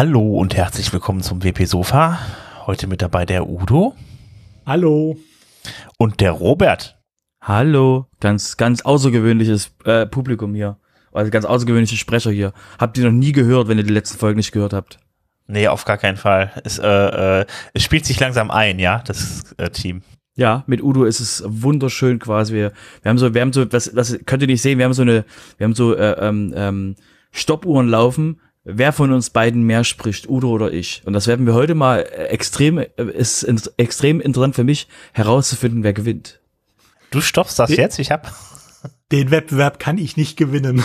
Hallo und herzlich willkommen zum WP Sofa. Heute mit dabei der Udo. Hallo. Und der Robert. Hallo. Ganz außergewöhnliches Publikum hier. Also ganz außergewöhnliche Sprecher hier. Habt ihr noch nie gehört, wenn ihr die letzten Folgen nicht gehört habt? Nee, auf gar keinen Fall. Es spielt sich langsam ein, ja, das Team. Ja, mit Udo ist es wunderschön quasi. Wir haben so, das könnt ihr nicht sehen, wir haben so Stoppuhren laufen. Wer von uns beiden mehr spricht, Udo oder ich? Und das werden wir heute mal extrem interessant für mich herauszufinden, wer gewinnt. Du stoppst das jetzt? Den Wettbewerb kann ich nicht gewinnen.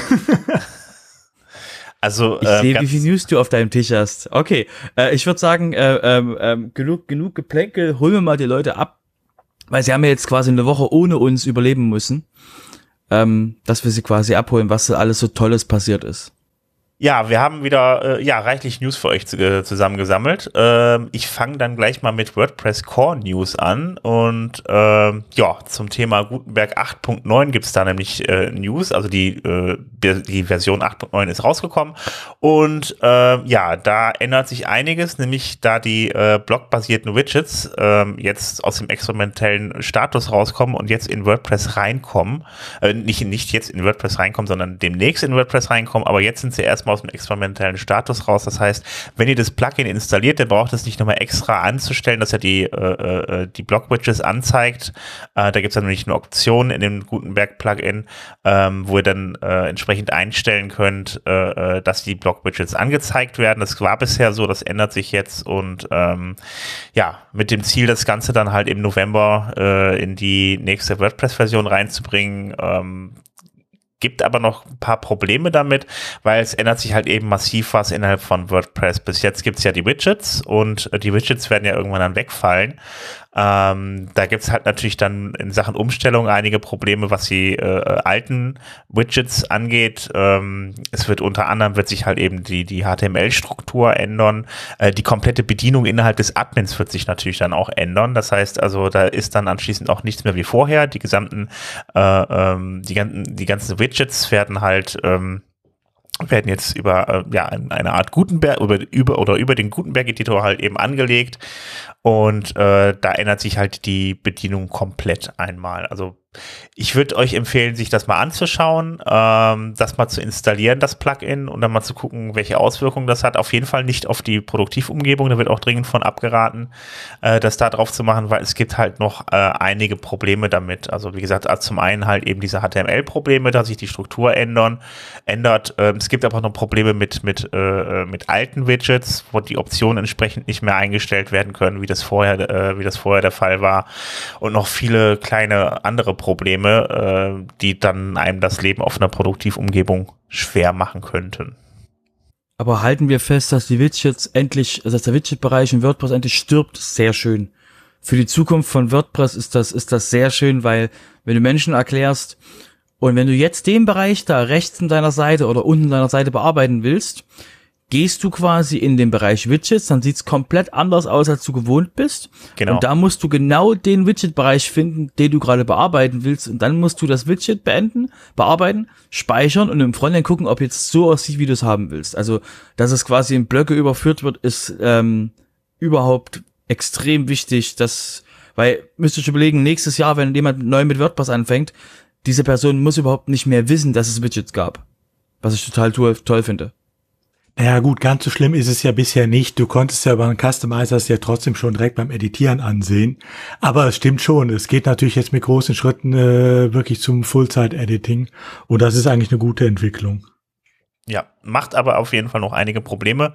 Also, ich sehe, wie viel News du auf deinem Tisch hast. Okay, ich würde sagen, genug Geplänkel, holen wir mal die Leute ab, weil sie haben ja jetzt quasi eine Woche ohne uns überleben müssen, dass wir sie quasi abholen, was alles so Tolles passiert ist. Ja, wir haben wieder reichlich News für euch zusammengesammelt. Ich fange dann gleich mal mit WordPress Core News an und zum Thema Gutenberg 8.9 gibt's da nämlich News, also die Version 8.9 ist rausgekommen und da ändert sich einiges, nämlich da die blockbasierten Widgets jetzt aus dem experimentellen Status rauskommen und jetzt in WordPress reinkommen, nicht jetzt in WordPress reinkommen, sondern demnächst in WordPress reinkommen, aber jetzt sind sie erstmal aus dem experimentellen Status raus. Das heißt, wenn ihr das Plugin installiert, dann braucht es nicht nochmal extra anzustellen, dass er die Block-Widgets anzeigt. Da gibt es dann nämlich eine Option in dem Gutenberg-Plugin, wo ihr dann entsprechend einstellen könnt, dass die Block-Widgets angezeigt werden. Das war bisher so, das ändert sich jetzt und mit dem Ziel, das Ganze dann halt im November in die nächste WordPress-Version reinzubringen. Gibt aber noch ein paar Probleme damit, weil es ändert sich halt eben massiv was innerhalb von WordPress. Bis jetzt gibt's ja die Widgets und die Widgets werden ja irgendwann dann wegfallen. Da gibt's halt natürlich dann in Sachen Umstellung einige Probleme, was die alten Widgets angeht. Es wird unter anderem wird sich halt eben die HTML-Struktur ändern. Die komplette Bedienung innerhalb des Admins wird sich natürlich dann auch ändern. Das heißt also, da ist dann anschließend auch nichts mehr wie vorher. Die ganzen Widgets werden halt werden jetzt über eine Art Gutenberg über den Gutenberg-Editor halt eben angelegt und da ändert sich halt die Bedienung komplett einmal. Also ich würde euch empfehlen, sich das mal anzuschauen, das mal zu installieren, das Plugin, und dann mal zu gucken, welche Auswirkungen das hat. Auf jeden Fall nicht auf die Produktivumgebung, da wird auch dringend von abgeraten, das da drauf zu machen, weil es gibt halt noch einige Probleme damit. Also wie gesagt, zum einen halt eben diese HTML-Probleme, dass sich die Struktur ändert. Es gibt aber noch Probleme mit alten Widgets, wo die Optionen entsprechend nicht mehr eingestellt werden können, wie das vorher der Fall war, und noch viele kleine andere Probleme, die dann einem das Leben auf einer Produktivumgebung schwer machen könnten. Aber halten wir fest, dass die Widgets dass der Widget-Bereich in WordPress endlich stirbt, sehr schön. Für die Zukunft von WordPress ist das sehr schön, weil wenn du Menschen erklärst und wenn du jetzt den Bereich da rechts in deiner Seite oder unten in deiner Seite bearbeiten willst, gehst du quasi in den Bereich Widgets, dann sieht's komplett anders aus, als du gewohnt bist. Genau. Und da musst du genau den Widget-Bereich finden, den du gerade bearbeiten willst. Und dann musst du das Widget bearbeiten, speichern und im Frontend gucken, ob jetzt so aussieht, wie du es haben willst. Also, dass es quasi in Blöcke überführt wird, ist überhaupt extrem wichtig. Weil, müsst ihr euch überlegen, nächstes Jahr, wenn jemand neu mit WordPress anfängt, diese Person muss überhaupt nicht mehr wissen, dass es Widgets gab. Was ich total toll finde. Naja gut, ganz so schlimm ist es ja bisher nicht. Du konntest ja über einen Customizer es ja trotzdem schon direkt beim Editieren ansehen. Aber es stimmt schon, es geht natürlich jetzt mit großen Schritten wirklich zum Full-Zeit-Editing. Und das ist eigentlich eine gute Entwicklung. Ja, macht aber auf jeden Fall noch einige Probleme.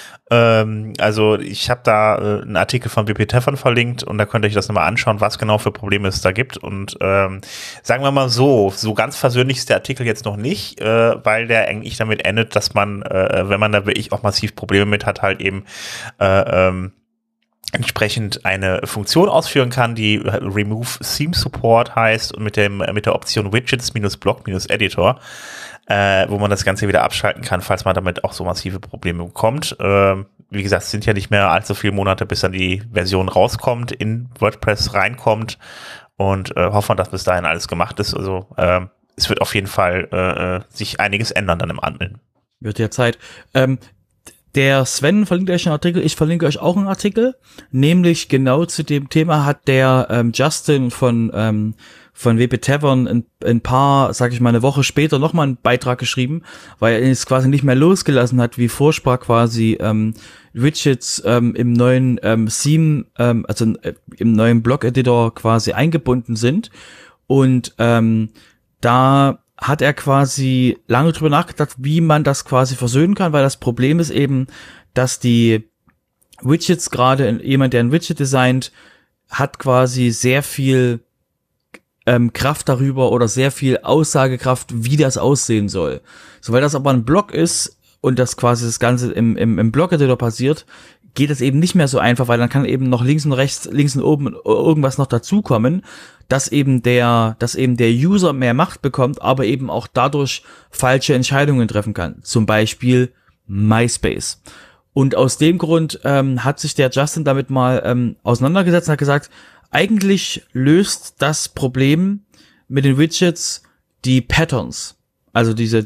Also ich habe da einen Artikel von WP Teflon verlinkt und da könnt ihr euch das nochmal anschauen, was genau für Probleme es da gibt. Und sagen wir mal so ganz versöhnlich ist der Artikel jetzt noch nicht, weil der eigentlich damit endet, dass man, wenn man da wirklich auch massiv Probleme mit hat, halt eben entsprechend eine Funktion ausführen kann, die Remove Theme Support heißt, und mit der Option Widgets-Block-Editor, wo man das Ganze wieder abschalten kann, falls man damit auch so massive Probleme bekommt. Wie gesagt, es sind ja nicht mehr allzu viele Monate, bis dann die Version rauskommt, in WordPress reinkommt, und hoffen, dass bis dahin alles gemacht ist. Also es wird auf jeden Fall sich einiges ändern dann im Admin. Wird ja Zeit. Der Sven verlinkt euch einen Artikel, ich verlinke euch auch einen Artikel, nämlich genau zu dem Thema hat der Justin von WP Tavern ein paar, sag ich mal, eine Woche später nochmal einen Beitrag geschrieben, weil er es quasi nicht mehr losgelassen hat, wie furchtbar quasi Widgets im neuen Theme, im neuen Blog-Editor quasi eingebunden sind. Und da hat er quasi lange drüber nachgedacht, wie man das quasi versöhnen kann, weil das Problem ist eben, dass die Widgets, gerade jemand, der ein Widget designt, hat quasi sehr viel Kraft darüber oder sehr viel Aussagekraft, wie das aussehen soll. So, weil das aber ein Blog ist und das quasi das Ganze im Blog-Editor passiert, geht es eben nicht mehr so einfach, weil dann kann eben noch links und rechts, links und oben irgendwas noch dazukommen, dass eben der User mehr Macht bekommt, aber eben auch dadurch falsche Entscheidungen treffen kann. Zum Beispiel MySpace. Und aus dem Grund hat sich der Justin damit mal auseinandergesetzt und hat gesagt, eigentlich löst das Problem mit den Widgets die Patterns, also diese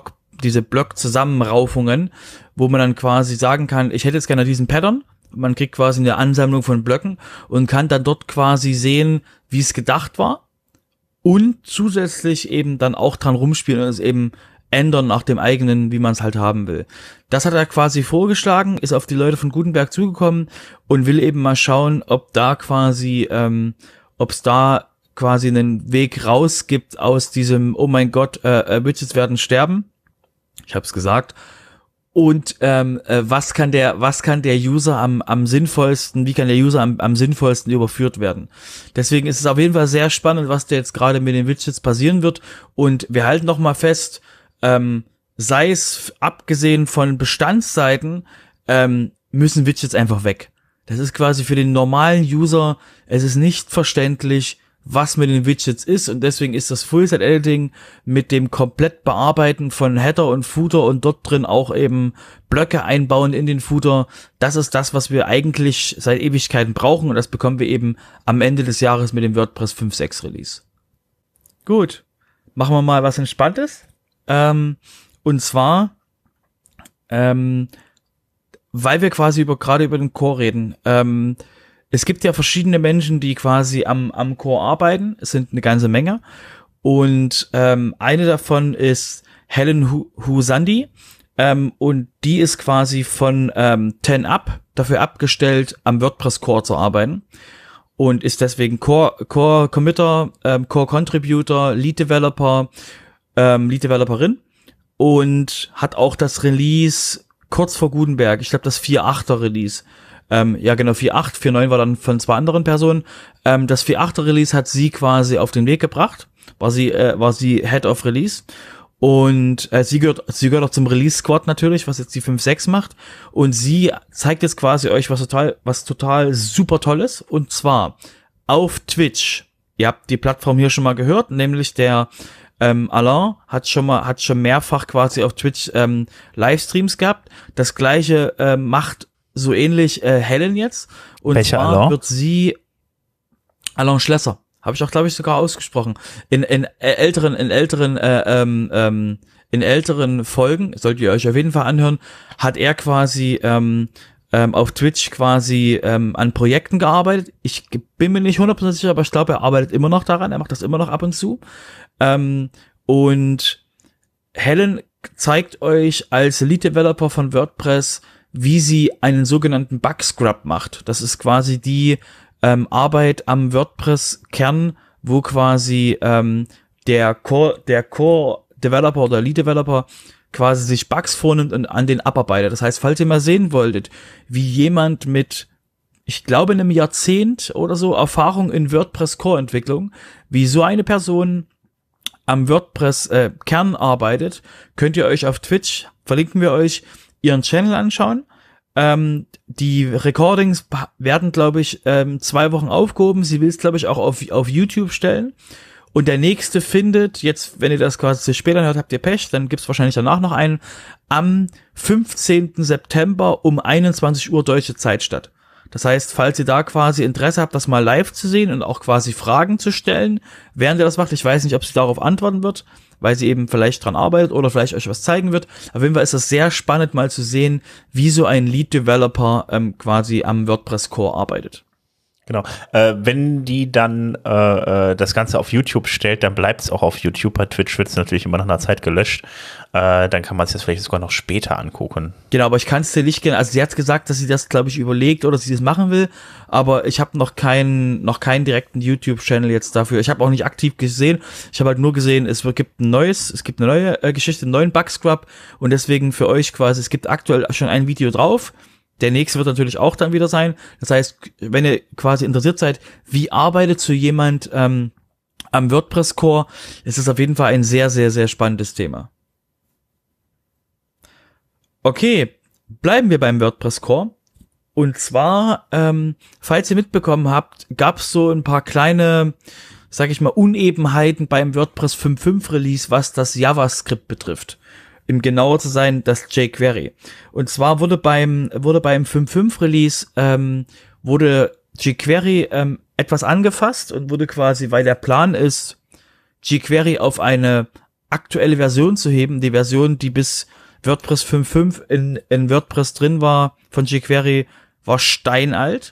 Block-Zusammenraufungen, wo man dann quasi sagen kann, ich hätte jetzt gerne diesen Pattern. Man kriegt quasi eine Ansammlung von Blöcken und kann dann dort quasi sehen, wie es gedacht war und zusätzlich eben dann auch dran rumspielen und es eben ändern nach dem eigenen, wie man es halt haben will. Das hat er quasi vorgeschlagen, ist auf die Leute von Gutenberg zugekommen und will eben mal schauen, ob da quasi, ob es da quasi einen Weg raus gibt aus diesem, oh mein Gott, Widgets werden sterben. Ich habe es gesagt. Und was kann der User am sinnvollsten, wie kann der User am sinnvollsten überführt werden? Deswegen ist es auf jeden Fall sehr spannend, was da jetzt gerade mit den Widgets passieren wird. Und wir halten noch mal fest, sei es abgesehen von Bestandsseiten, müssen Widgets einfach weg. Das ist quasi für den normalen User, es ist nicht verständlich, was mit den Widgets ist, und deswegen ist das Full-Set-Editing mit dem komplett Bearbeiten von Header und Footer und dort drin auch eben Blöcke einbauen in den Footer, das ist das, was wir eigentlich seit Ewigkeiten brauchen, und das bekommen wir eben am Ende des Jahres mit dem WordPress 5.6 Release. Gut, machen wir mal was Entspanntes. Und zwar, weil wir quasi gerade über den Core reden, es gibt ja verschiedene Menschen, die quasi am Core arbeiten. Es sind eine ganze Menge. Und eine davon ist Helen Husandi. Und die ist quasi von 10up dafür abgestellt, am WordPress Core zu arbeiten. Und ist deswegen Core Committer, Core Contributor, Lead Developer, Lead Developerin. Und hat auch das Release kurz vor Gutenberg, ich glaube das 4.8er Release. Ja genau, 4.8, 4.9 war dann von zwei anderen Personen. Das 4.8er Release hat sie quasi auf den Weg gebracht. War sie Head of Release. Und sie gehört auch zum Release Squad natürlich, was jetzt die 5.6 macht. Und sie zeigt jetzt quasi euch was total super Tolles. Und zwar auf Twitch. Ihr habt die Plattform hier schon mal gehört, nämlich der Alain hat schon mehrfach quasi auf Twitch Livestreams gehabt. Das gleiche macht so ähnlich Helen jetzt. Und welcher zwar Alain? wird sie Alain Schlesser. Habe ich auch, glaube ich, sogar ausgesprochen. In älteren Folgen, solltet ihr euch auf jeden Fall anhören, hat er quasi auf Twitch quasi an Projekten gearbeitet. Ich bin mir nicht 100% sicher, aber ich glaube, er arbeitet immer noch daran. Er macht das immer noch ab und zu. Und Helen zeigt euch als Lead Developer von WordPress, wie sie einen sogenannten Bug Scrub macht. Das ist quasi die Arbeit am WordPress-Kern, wo quasi der Core Developer oder Lead Developer quasi sich Bugs vornimmt und an den abarbeitet. Das heißt, falls ihr mal sehen wolltet, wie jemand mit, ich glaube, einem Jahrzehnt oder so Erfahrung in WordPress Core Entwicklung, wie so eine Person am WordPress Kern arbeitet, könnt ihr euch auf Twitch, verlinken wir euch, ihren Channel anschauen. Die Recordings werden, glaube ich, 2 Wochen aufgehoben. Sie will es, glaube ich, auch auf YouTube stellen. Und der nächste findet, jetzt, wenn ihr das quasi später hört, habt ihr Pech, dann gibt's wahrscheinlich danach noch einen, am 15. September um 21 Uhr deutsche Zeit statt. Das heißt, falls ihr da quasi Interesse habt, das mal live zu sehen und auch quasi Fragen zu stellen, während ihr das macht, ich weiß nicht, ob sie darauf antworten wird, weil sie eben vielleicht dran arbeitet oder vielleicht euch was zeigen wird. Auf jeden Fall ist das sehr spannend, mal zu sehen, wie so ein Lead-Developer quasi am WordPress-Core arbeitet. Genau. Wenn die dann das Ganze auf YouTube stellt, dann bleibt es auch auf YouTube. Bei Twitch wird es natürlich immer nach einer Zeit gelöscht. Dann kann man es jetzt vielleicht sogar noch später angucken. Genau, aber ich kann es dir nicht gerne. Also sie hat gesagt, dass sie das, glaube ich, überlegt oder sie das machen will. Aber ich habe noch keinen direkten YouTube-Channel jetzt dafür. Ich habe auch nicht aktiv gesehen. Ich habe halt nur gesehen, es gibt eine neue Geschichte, einen neuen Bug-Scrub. Und deswegen für euch quasi, es gibt aktuell schon ein Video drauf. Der nächste wird natürlich auch dann wieder sein. Das heißt, wenn ihr quasi interessiert seid, wie arbeitet so jemand am WordPress-Core, ist es auf jeden Fall ein sehr, sehr, sehr spannendes Thema. Okay, bleiben wir beim WordPress-Core. Und zwar, falls ihr mitbekommen habt, gab es so ein paar kleine, sag ich mal, Unebenheiten beim WordPress 5.5 Release, was das JavaScript betrifft. Um genauer zu sein, das jQuery. Und zwar wurde beim 5.5 Release wurde jQuery etwas angefasst und wurde quasi, weil der Plan ist, jQuery auf eine aktuelle Version zu heben, die Version, die bis WordPress 5.5 in WordPress drin war von jQuery, war steinalt.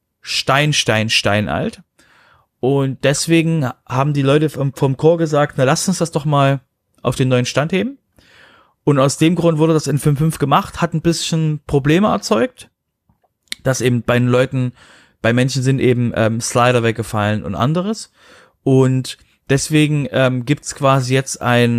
Steinalt. Und deswegen haben die Leute vom Core gesagt, na lasst uns das doch mal auf den neuen Stand heben. Und aus dem Grund wurde das in 5.5 gemacht, hat ein bisschen Probleme erzeugt, dass eben bei Menschen sind eben Slider weggefallen und anderes. Und deswegen gibt's quasi jetzt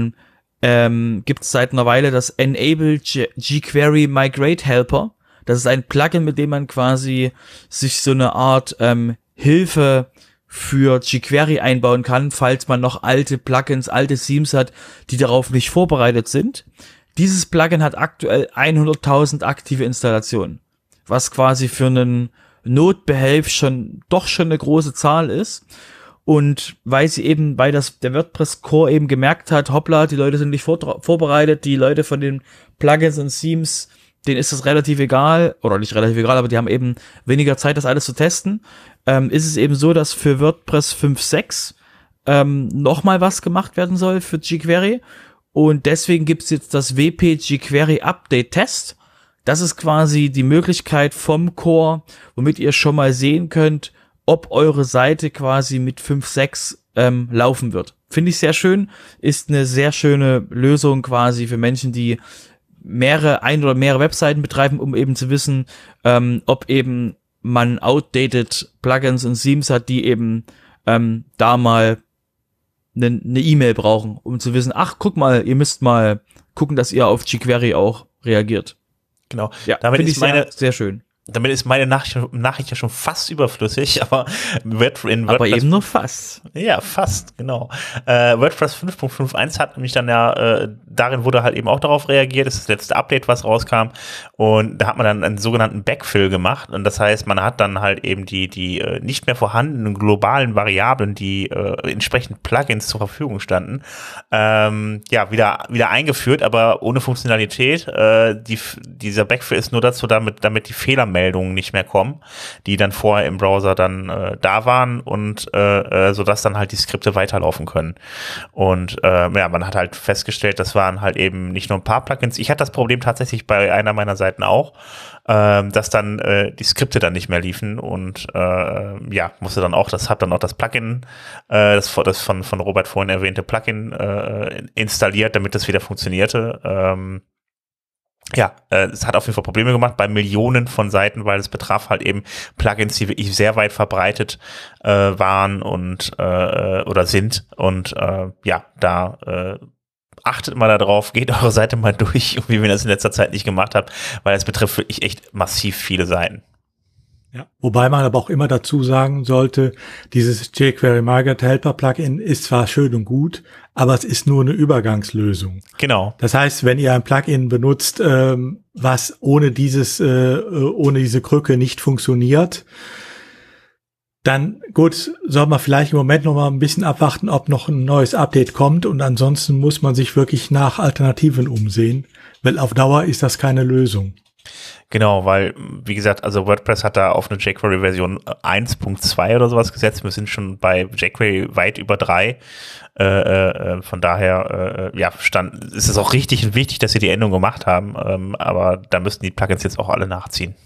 gibt's seit einer Weile das Enable jQuery Migrate Helper. Das ist ein Plugin, mit dem man quasi sich so eine Art Hilfe für jQuery einbauen kann, falls man noch alte Plugins, alte Themes hat, die darauf nicht vorbereitet sind. Dieses Plugin hat aktuell 100.000 aktive Installationen, was quasi für einen Notbehelf schon eine große Zahl ist. Und weil der WordPress Core eben gemerkt hat, hoppla, die Leute sind nicht vorbereitet, die Leute von den Plugins und Themes, denen ist das relativ egal, oder nicht relativ egal, aber die haben eben weniger Zeit, das alles zu testen, ist es eben so, dass für WordPress 5.6 nochmal was gemacht werden soll für jQuery. Und deswegen gibt's jetzt das WP jQuery Update Test. Das ist quasi die Möglichkeit vom Core, womit ihr schon mal sehen könnt, ob eure Seite quasi mit 5.6 laufen wird. Finde ich sehr schön. Ist eine sehr schöne Lösung quasi für Menschen, die ein oder mehrere Webseiten betreiben, um eben zu wissen, ob eben man outdated Plugins und Themes hat, die eben da mal eine E-Mail brauchen, um zu wissen, ach, guck mal, ihr müsst mal gucken, dass ihr auf jQuery auch reagiert. Genau. Ja, damit ist sehr schön. Damit ist meine Nachricht ja schon fast überflüssig, aber aber eben nur fast. Ja, fast, genau. WordPress 5.51 hat nämlich dann darin wurde halt eben auch darauf reagiert, das ist das letzte Update, was rauskam, und da hat man dann einen sogenannten Backfill gemacht, und das heißt, man hat dann halt eben die nicht mehr vorhandenen globalen Variablen, die entsprechend Plugins zur Verfügung standen, wieder eingeführt, aber ohne Funktionalität. Dieser Backfill ist nur dazu, damit die Fehlermeldungen nicht mehr kommen, die dann vorher im Browser dann da waren, und sodass dann halt die Skripte weiterlaufen können. Und man hat halt festgestellt, das waren halt eben nicht nur ein paar Plugins. Ich hatte das Problem tatsächlich bei einer meiner Seiten auch, dass dann die Skripte dann nicht mehr liefen, und musste dann auch, das Plugin, das von Robert vorhin erwähnte Plugin installiert, damit das wieder funktionierte. Es hat auf jeden Fall Probleme gemacht bei Millionen von Seiten, weil es betraf halt eben Plugins, die wirklich sehr weit verbreitet waren und oder sind, und achtet mal darauf, geht eure Seite mal durch, wie wir das in letzter Zeit nicht gemacht habt, weil es betrifft wirklich echt massiv viele Seiten. Ja, wobei man aber auch immer dazu sagen sollte, dieses jQuery Migrate Helper Plugin ist zwar schön und gut, aber es ist nur eine Übergangslösung. Genau. Das heißt, wenn ihr ein Plugin benutzt, was ohne diese Krücke nicht funktioniert, dann gut, soll man vielleicht im Moment noch mal ein bisschen abwarten, ob noch ein neues Update kommt, und ansonsten muss man sich wirklich nach Alternativen umsehen, weil auf Dauer ist das keine Lösung. Genau, weil, wie gesagt, also WordPress hat da auf eine jQuery-Version 1.2 oder sowas gesetzt. Wir sind schon bei jQuery weit über 3. Von daher, ist es auch richtig und wichtig, dass sie die Änderung gemacht haben. Aber da müssten die Plugins jetzt auch alle nachziehen.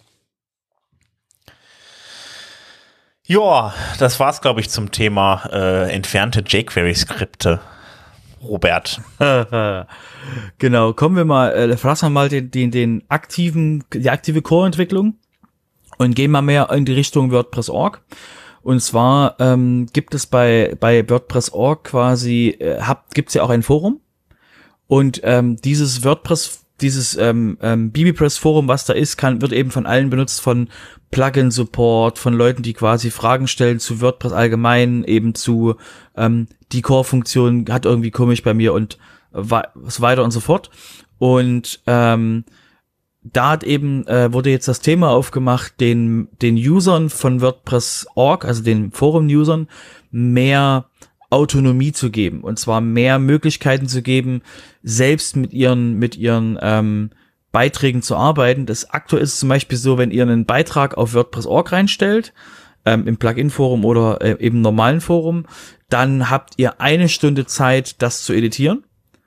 Ja, das war's, glaube ich, zum Thema entfernte jQuery-Skripte. Robert. Genau, kommen wir mal, verlassen wir mal die aktive Core-Entwicklung und gehen mal mehr in die Richtung WordPress.org. Und zwar gibt es bei WordPress.org quasi, gibt's ja auch ein Forum. Und dieses bbPress-Forum, was da ist, wird eben von allen benutzt, von Plugin-Support, von Leuten, die quasi Fragen stellen zu WordPress allgemein, eben zu die Core-Funktion hat irgendwie komisch bei mir und so weiter und so fort. Und da hat eben wurde jetzt das Thema aufgemacht, den Usern von WordPress.org, also den Forum-Usern, mehr Autonomie zu geben, und zwar mehr Möglichkeiten zu geben, selbst mit ihren Beiträgen zu arbeiten. Das aktuell ist zum Beispiel so, wenn ihr einen Beitrag auf WordPress.org reinstellt, im Plugin-Forum oder eben normalen Forum, dann habt ihr 1 Stunde Zeit, das zu editieren,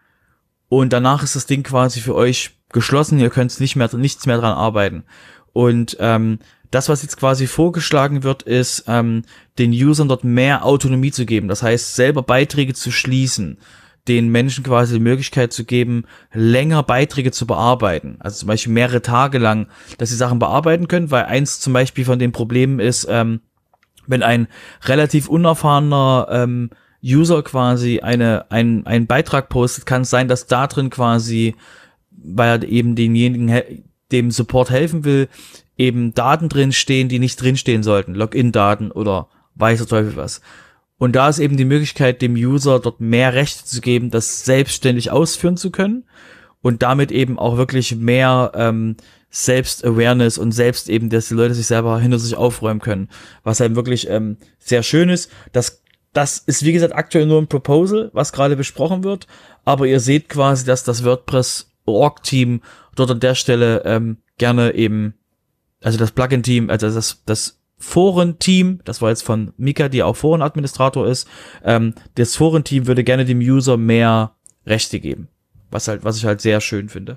und danach ist das Ding quasi für euch geschlossen. Ihr könnt nichts mehr dran arbeiten. Und das, was jetzt quasi vorgeschlagen wird, ist, den Usern dort mehr Autonomie zu geben. Das heißt, selber Beiträge zu schließen, den Menschen quasi die Möglichkeit zu geben, länger Beiträge zu bearbeiten. Also zum Beispiel mehrere Tage lang, dass sie Sachen bearbeiten können, weil eins zum Beispiel von den Problemen ist, wenn ein relativ unerfahrener User quasi einen Beitrag postet, kann es sein, dass da drin quasi, weil er eben denjenigen, dem Support helfen will, eben Daten drin stehen, die nicht drinstehen sollten, Login-Daten oder weiß der Teufel was. Und da ist eben die Möglichkeit, dem User dort mehr Rechte zu geben, das selbstständig ausführen zu können und damit eben auch wirklich mehr Selbst-Awareness und selbst eben, dass die Leute sich selber hinter sich aufräumen können, was halt wirklich sehr schön ist. Das ist, wie gesagt, aktuell nur ein Proposal, was gerade besprochen wird, aber ihr seht quasi, dass das WordPress.org-Team dort an der Stelle gerne eben, also das Plugin-Team, also das Foren-Team, das war jetzt von Mika, die auch Forenadministrator ist, das Foren-Team würde gerne dem User mehr Rechte geben, was ich halt sehr schön finde.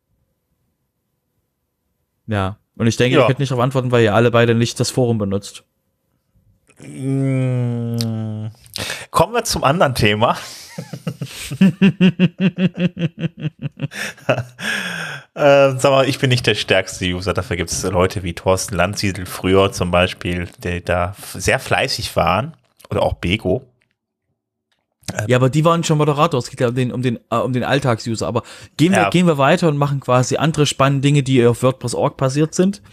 Ja, und ich denke, ihr könnt nicht darauf antworten, weil ihr alle beide nicht das Forum benutzt. Kommen wir zum anderen Thema. Sag mal, ich bin nicht der stärkste User, dafür gibt es Leute wie Thorsten Landsiedel früher zum Beispiel, die da sehr fleißig waren, oder auch Bego. Ja, aber die waren schon Moderator, es geht ja um den Alltagsuser, aber gehen wir weiter und machen quasi andere spannende Dinge, die auf WordPress.org passiert sind.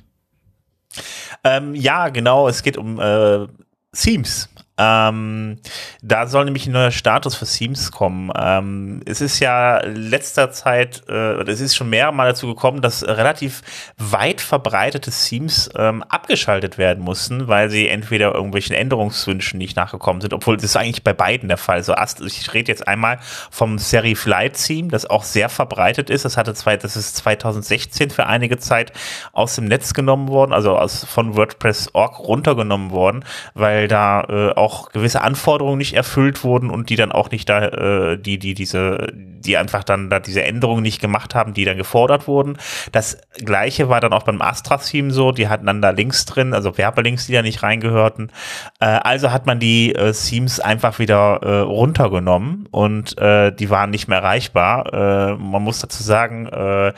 Ja, genau, es geht um Themes. Da soll nämlich ein neuer Status für Themes kommen. Es ist ja letzter Zeit, es ist schon mehrmals dazu gekommen, dass relativ weit verbreitete Themes abgeschaltet werden mussten, weil sie entweder irgendwelchen Änderungswünschen nicht nachgekommen sind, obwohl das ist eigentlich bei beiden der Fall. Ich rede jetzt einmal vom Serif Lite Theme, das auch sehr verbreitet ist. Das ist 2016 für einige Zeit aus dem Netz genommen worden, also von WordPress.org runtergenommen worden, weil da auch gewisse Anforderungen nicht erfüllt wurden und die dann auch nicht da, die einfach dann da diese Änderungen nicht gemacht haben, die dann gefordert wurden. Das Gleiche war dann auch beim Astra-Theme so, die hatten dann da Links drin, also Werbelinks, die da nicht reingehörten. Also hat man die Themes einfach wieder runtergenommen und die waren nicht mehr erreichbar. Man muss dazu sagen,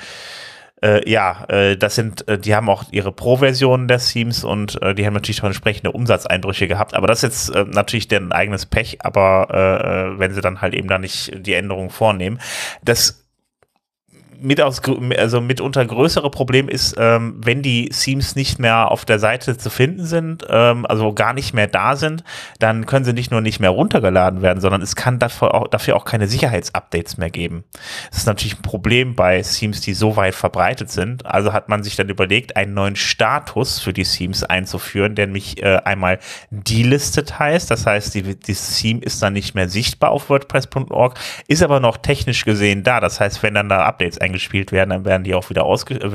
die haben auch ihre Pro-Versionen der Themes und die haben natürlich auch entsprechende Umsatzeinbrüche gehabt, aber das ist jetzt natürlich deren eigenes Pech, aber wenn sie dann halt eben da nicht die Änderungen vornehmen, das mitunter größere Problem ist, wenn die Themes nicht mehr auf der Seite zu finden sind, also gar nicht mehr da sind, dann können sie nicht nur nicht mehr runtergeladen werden, sondern es kann dafür auch keine Sicherheitsupdates mehr geben. Das ist natürlich ein Problem bei Themes, die so weit verbreitet sind. Also hat man sich dann überlegt, einen neuen Status für die Themes einzuführen, der nämlich einmal delistet heißt. Das heißt, das Theme ist dann nicht mehr sichtbar auf WordPress.org, ist aber noch technisch gesehen da. Das heißt, wenn dann da Updates eingespielt werden, dann werden die auch wieder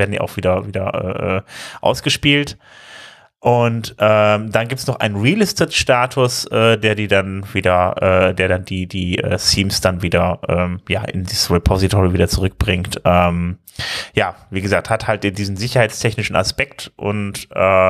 ausgespielt. Und dann gibt's noch einen Relisted-Status, der dann die Themes dann wieder in dieses Repository wieder zurückbringt. Wie gesagt, hat halt diesen sicherheitstechnischen Aspekt und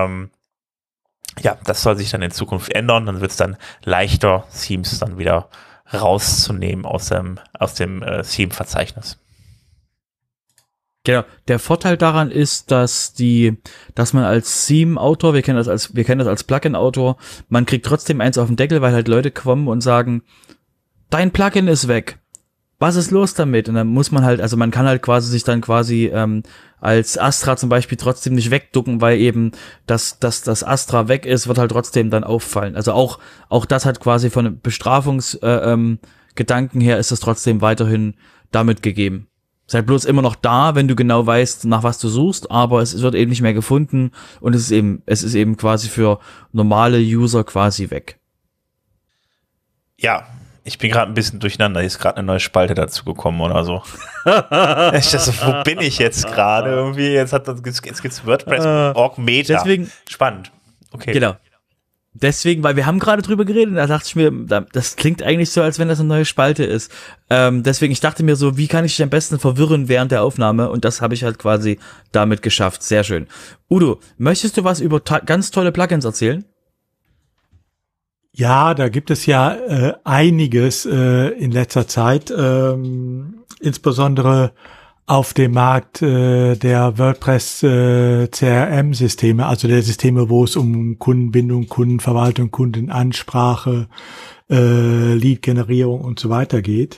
das soll sich dann in Zukunft ändern. Dann wird's dann leichter, Themes dann wieder rauszunehmen aus dem Theme-Verzeichnis. Genau. Der Vorteil daran ist, dass man als Theme-Autor, wir kennen das als Plugin-Autor, man kriegt trotzdem eins auf den Deckel, weil halt Leute kommen und sagen, dein Plugin ist weg. Was ist los damit? Und dann muss man halt, also man kann halt sich dann als Astra zum Beispiel trotzdem nicht wegducken, weil eben das Astra weg ist, wird halt trotzdem dann auffallen. Also auch das hat quasi von einem Bestrafungsgedanken her ist das trotzdem weiterhin damit gegeben. Ist halt bloß immer noch da, wenn du genau weißt, nach was du suchst, aber es wird eben nicht mehr gefunden und es ist eben quasi für normale User quasi weg. Ja, ich bin gerade ein bisschen durcheinander. Hier ist gerade eine neue Spalte dazu gekommen oder so. Wo bin ich jetzt gerade? Irgendwie, jetzt gibt's WordPress.org Meta. Deswegen, spannend. Okay. Genau. Deswegen, weil wir haben gerade drüber geredet, da dachte ich mir, das klingt eigentlich so, als wenn das eine neue Spalte ist. Deswegen, ich dachte mir so, wie kann ich dich am besten verwirren während der Aufnahme? Und das habe ich halt quasi damit geschafft. Sehr schön. Udo, möchtest du was über ganz tolle Plugins erzählen? Ja, da gibt es ja einiges in letzter Zeit, insbesondere auf dem Markt der WordPress CRM-Systeme, also der Systeme, wo es um Kundenbindung, Kundenverwaltung, Kundenansprache, Lead-Generierung und so weiter geht.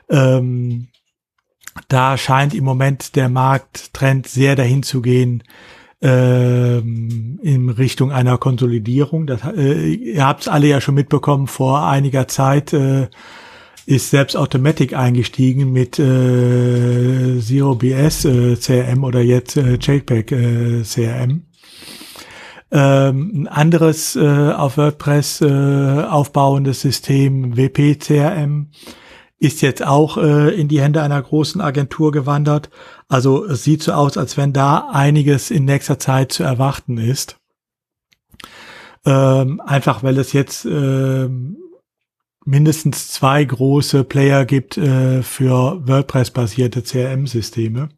Da scheint im Moment der Markttrend sehr dahin zu gehen, in Richtung einer Konsolidierung. Ihr habt es alle ja schon mitbekommen, vor einiger Zeit ist selbst Automatic eingestiegen mit ZeroBS CRM oder jetzt JPEG CRM. Ein anderes auf WordPress aufbauendes System, WP CRM, ist jetzt auch in die Hände einer großen Agentur gewandert. Also es sieht so aus, als wenn da einiges in nächster Zeit zu erwarten ist. Einfach weil es jetzt mindestens 2 große Player gibt für WordPress-basierte CRM-Systeme.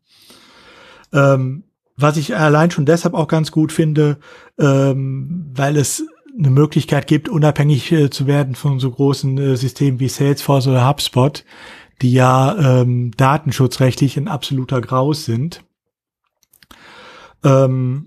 Was ich allein schon deshalb auch ganz gut finde, weil es eine Möglichkeit gibt, unabhängig zu werden von so großen Systemen wie Salesforce oder HubSpot, die ja datenschutzrechtlich ein absoluter Graus sind. Und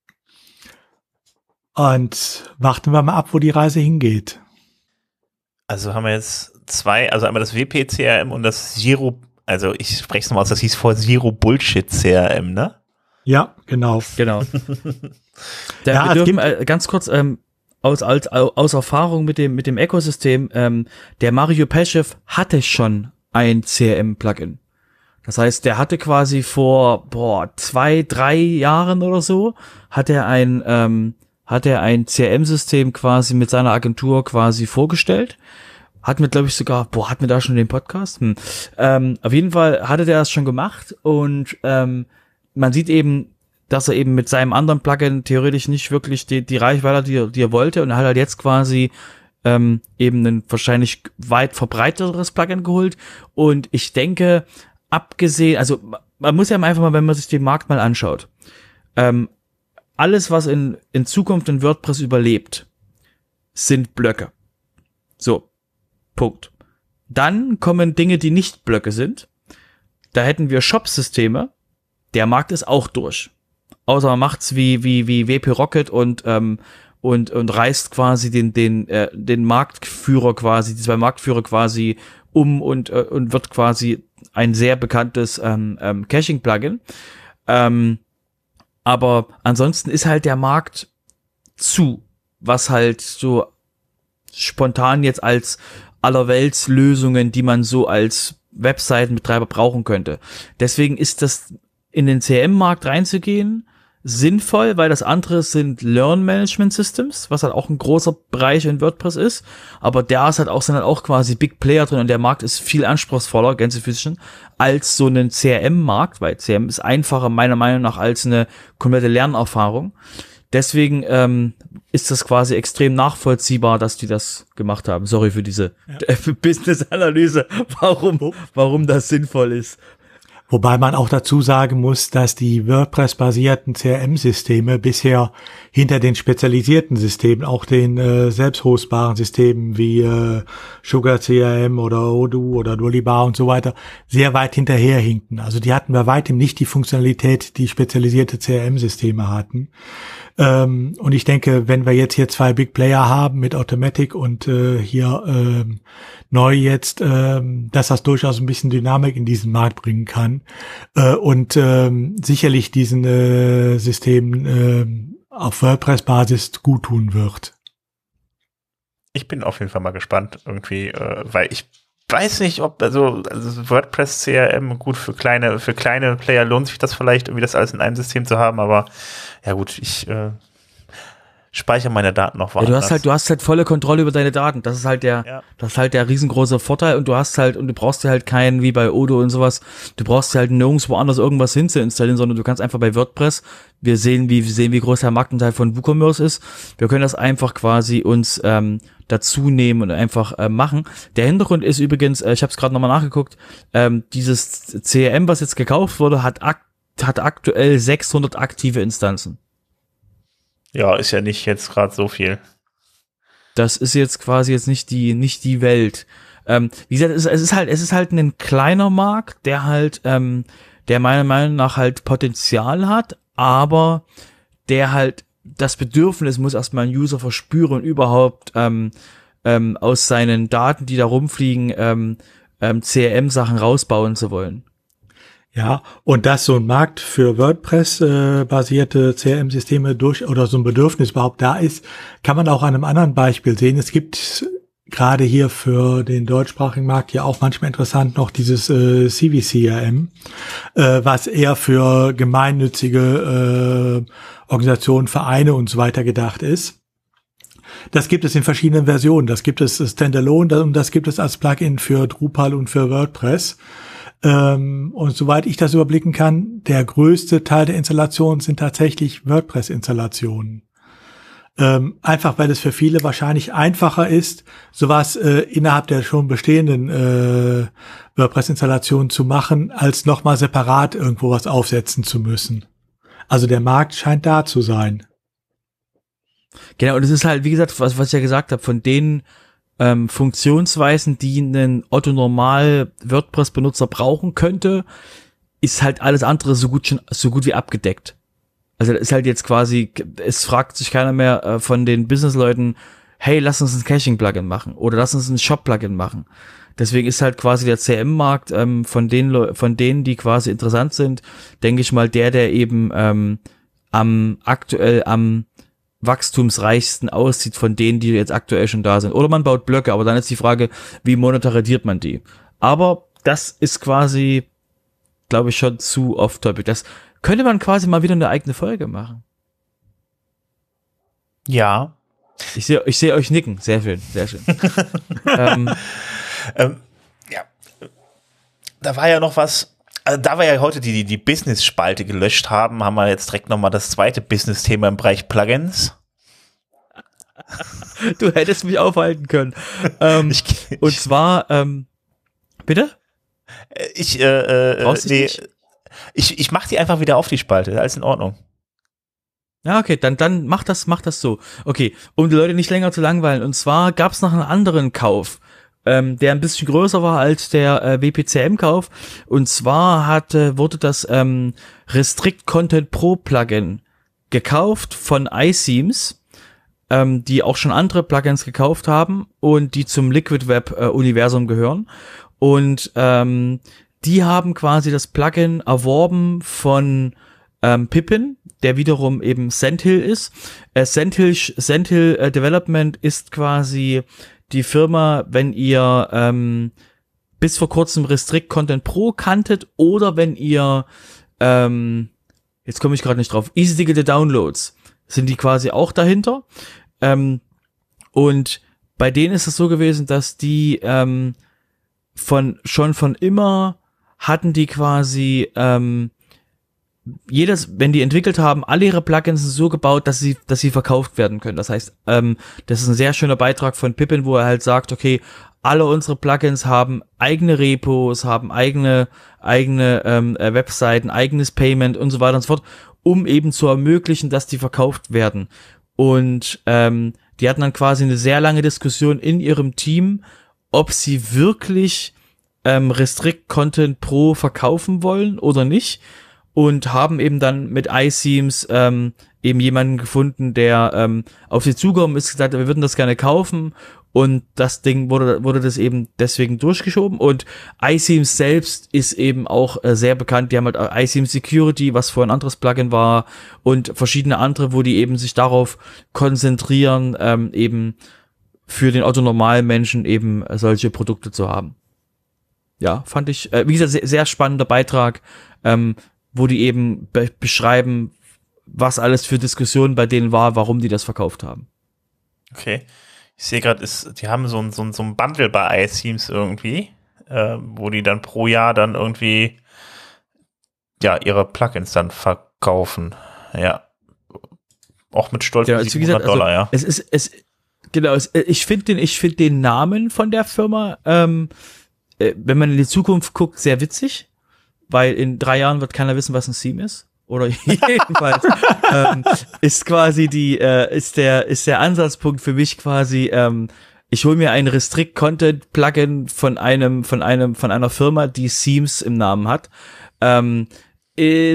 warten wir mal ab, wo die Reise hingeht. Also haben wir jetzt 2, also einmal das WP-CRM und das Zero, also ich spreche es nochmal aus, das hieß vor Zero Bullshit CRM, ne? Ja, genau. Genau. Wir dürfen ganz kurz aus Erfahrung mit dem Ökosystem, der Mario Peschew hatte schon ein CRM-Plugin. Das heißt, der hatte quasi vor 2-3 Jahren oder so, hat er ein CRM-System quasi mit seiner Agentur quasi vorgestellt. Hatten wir, glaube ich, sogar, hatten wir da schon den Podcast? Auf jeden Fall hatte der das schon gemacht und man sieht eben, dass er eben mit seinem anderen Plugin theoretisch nicht wirklich die Reichweite, die er wollte, und er hat halt jetzt quasi eben ein wahrscheinlich weit verbreiteteres Plugin geholt. Und ich denke, abgesehen, also man muss ja einfach mal, wenn man sich den Markt mal anschaut, alles, was in Zukunft in WordPress überlebt, sind Blöcke. So, Punkt. Dann kommen Dinge, die nicht Blöcke sind. Da hätten wir Shop-Systeme. Der Markt ist auch durch. Außer man macht's wie WP Rocket und reißt quasi den Marktführer quasi, die 2 Marktführer quasi um und wird quasi ein sehr bekanntes Caching-Plugin. Aber ansonsten ist halt der Markt zu, was halt so spontan jetzt als Allerweltslösungen, die man so als Webseitenbetreiber brauchen könnte. Deswegen ist das in den CRM-Markt reinzugehen, sinnvoll, weil das andere sind Learn Management Systems, was halt auch ein großer Bereich in WordPress ist, aber da ist halt auch, sind halt auch quasi Big Player drin und der Markt ist viel anspruchsvoller, Gänsefüßchen, als so ein CRM-Markt, weil CRM ist einfacher meiner Meinung nach als eine komplette Lernerfahrung. Deswegen ist das quasi extrem nachvollziehbar, dass die das gemacht haben. Sorry für diese Business-Analyse, warum das sinnvoll ist. Wobei man auch dazu sagen muss, dass die WordPress-basierten CRM-Systeme bisher hinter den spezialisierten Systemen, auch den selbsthostbaren Systemen wie Sugar CRM oder Odoo oder Dolibar und so weiter, sehr weit hinterherhinkten. Also die hatten bei weitem nicht die Funktionalität, die spezialisierte CRM-Systeme hatten. Und ich denke, wenn wir jetzt hier 2 Big Player haben mit Automatic und hier neu jetzt, dass das durchaus ein bisschen Dynamik in diesen Markt bringen kann und sicherlich diesen Systemen auf WordPress-Basis gut tun wird. Ich bin auf jeden Fall mal gespannt irgendwie, weil ich weiß nicht, ob also WordPress CRM gut für kleine Player lohnt sich das vielleicht irgendwie das alles in einem System zu haben, aber ja gut, ich speichere meine Daten noch woanders. Ja, du hast halt volle Kontrolle über deine Daten. Das ist halt der riesengroße Vorteil und du brauchst dir halt keinen, wie bei Odoo und sowas, du brauchst dir halt nirgendwo anders irgendwas hinzuinstallieren, sondern du kannst einfach bei WordPress, wir sehen, wie groß der Marktanteil von WooCommerce ist. Wir können das einfach quasi uns dazu nehmen und einfach machen. Der Hintergrund ist übrigens, ich habe es gerade nochmal nachgeguckt, dieses CRM, was jetzt gekauft wurde, hat aktuell 600 aktive Instanzen. Ja, ist ja nicht jetzt gerade so viel. Das ist jetzt quasi jetzt nicht die Welt. Wie gesagt, es ist halt ein kleiner Markt, der halt, der meiner Meinung nach halt Potenzial hat, aber der halt das Bedürfnis muss erstmal ein User verspüren, überhaupt aus seinen Daten, die da rumfliegen, CRM-Sachen rausbauen zu wollen. Ja, und dass so ein Markt für WordPress-basierte CRM-Systeme oder so ein Bedürfnis überhaupt da ist, kann man auch an einem anderen Beispiel sehen. Es gibt gerade hier für den deutschsprachigen Markt ja auch manchmal interessant noch dieses CVCRM, was eher für gemeinnützige Organisationen, Vereine und so weiter gedacht ist. Das gibt es in verschiedenen Versionen. Das gibt es Standalone und das gibt es als Plugin für Drupal und für WordPress. Und soweit ich das überblicken kann, der größte Teil der Installationen sind tatsächlich WordPress-Installationen. Einfach weil es für viele wahrscheinlich einfacher ist, sowas innerhalb der schon bestehenden WordPress-Installationen zu machen, als nochmal separat irgendwo was aufsetzen zu müssen. Also der Markt scheint da zu sein. Genau, und es ist halt, wie gesagt, was ich ja gesagt habe, von den Funktionsweisen, die ein Otto-Normal-WordPress-Benutzer brauchen könnte, ist halt alles andere so gut wie abgedeckt. Also das ist halt jetzt quasi, es fragt sich keiner mehr von den Business-Leuten, hey, lass uns ein Caching-Plugin machen oder lass uns ein Shop-Plugin machen. Deswegen ist halt quasi der CM-Markt von denen, die quasi interessant sind, denke ich mal, der eben aktuell am wachstumsreichsten aussieht von denen, die jetzt aktuell schon da sind. Oder man baut Blöcke, aber dann ist die Frage, wie monetarisiert man die? Aber das ist quasi, glaube ich, schon zu off-topic. Das könnte man quasi mal wieder eine eigene Folge machen. Ja. Ich sehe euch nicken. Sehr schön, sehr schön. Ja. Da war ja noch was. Also da wir ja heute die Business-Spalte gelöscht haben, haben wir jetzt direkt nochmal das zweite Business-Thema im Bereich Plugins. Du hättest mich aufhalten können. Und zwar, bitte? Ich mach die einfach wieder auf die Spalte, alles in Ordnung. Ja, okay, dann mach das so. Okay, um die Leute nicht länger zu langweilen. Und zwar gab es noch einen anderen Kauf, der ein bisschen größer war als der WPCM-Kauf. Und zwar wurde das Restrict Content Pro Plugin gekauft von iThemes, die auch schon andere Plugins gekauft haben und die zum Liquid Web Universum gehören. Und die haben quasi das Plugin erworben von Pippin, der wiederum eben Sandhill ist. Sandhill Development ist quasi die Firma, wenn ihr bis vor kurzem Restrict Content Pro kanntet oder wenn ihr jetzt komme ich gerade nicht drauf, Easy Digital Downloads, sind die quasi auch dahinter. Und bei denen ist es so gewesen, dass die von immer hatten die quasi wenn die entwickelt haben, alle ihre Plugins sind so gebaut, dass sie verkauft werden können. Das heißt, das ist ein sehr schöner Beitrag von Pippin, wo er halt sagt, okay, alle unsere Plugins haben eigene Repos, haben eigene Webseiten, eigenes Payment und so weiter und so fort, um eben zu ermöglichen, dass die verkauft werden. Und die hatten dann quasi eine sehr lange Diskussion in ihrem Team, ob sie wirklich Restrict Content Pro verkaufen wollen oder nicht, und haben eben dann mit iThemes eben jemanden gefunden, der auf sie zugekommen ist, gesagt, wir würden das gerne kaufen, und das Ding wurde das eben deswegen durchgeschoben. Und iThemes selbst ist eben auch sehr bekannt. Die haben halt iThemes Security, was vorher ein anderes Plugin war, und verschiedene andere, wo die eben sich darauf konzentrieren, eben für den Otto-Normalmenschen eben solche Produkte zu haben. Ja, fand ich, wie gesagt, sehr, sehr spannender Beitrag, wo die eben beschreiben, was alles für Diskussionen bei denen war, warum die das verkauft haben. Okay. Ich sehe gerade, die haben so ein Bundle bei iThemes irgendwie, wo die dann pro Jahr dann irgendwie ihre Plugins dann verkaufen. Ja. Auch mit stolzen $700, ja. Ich finde den Namen von der Firma, wenn man in die Zukunft guckt, sehr witzig, weil in 3 Jahren wird keiner wissen, was ein Theme ist. Oder jedenfalls ist quasi ist der Ansatzpunkt für mich quasi, ich hole mir ein Restrict Content Plugin von einer Firma, die Themes im Namen hat. Wie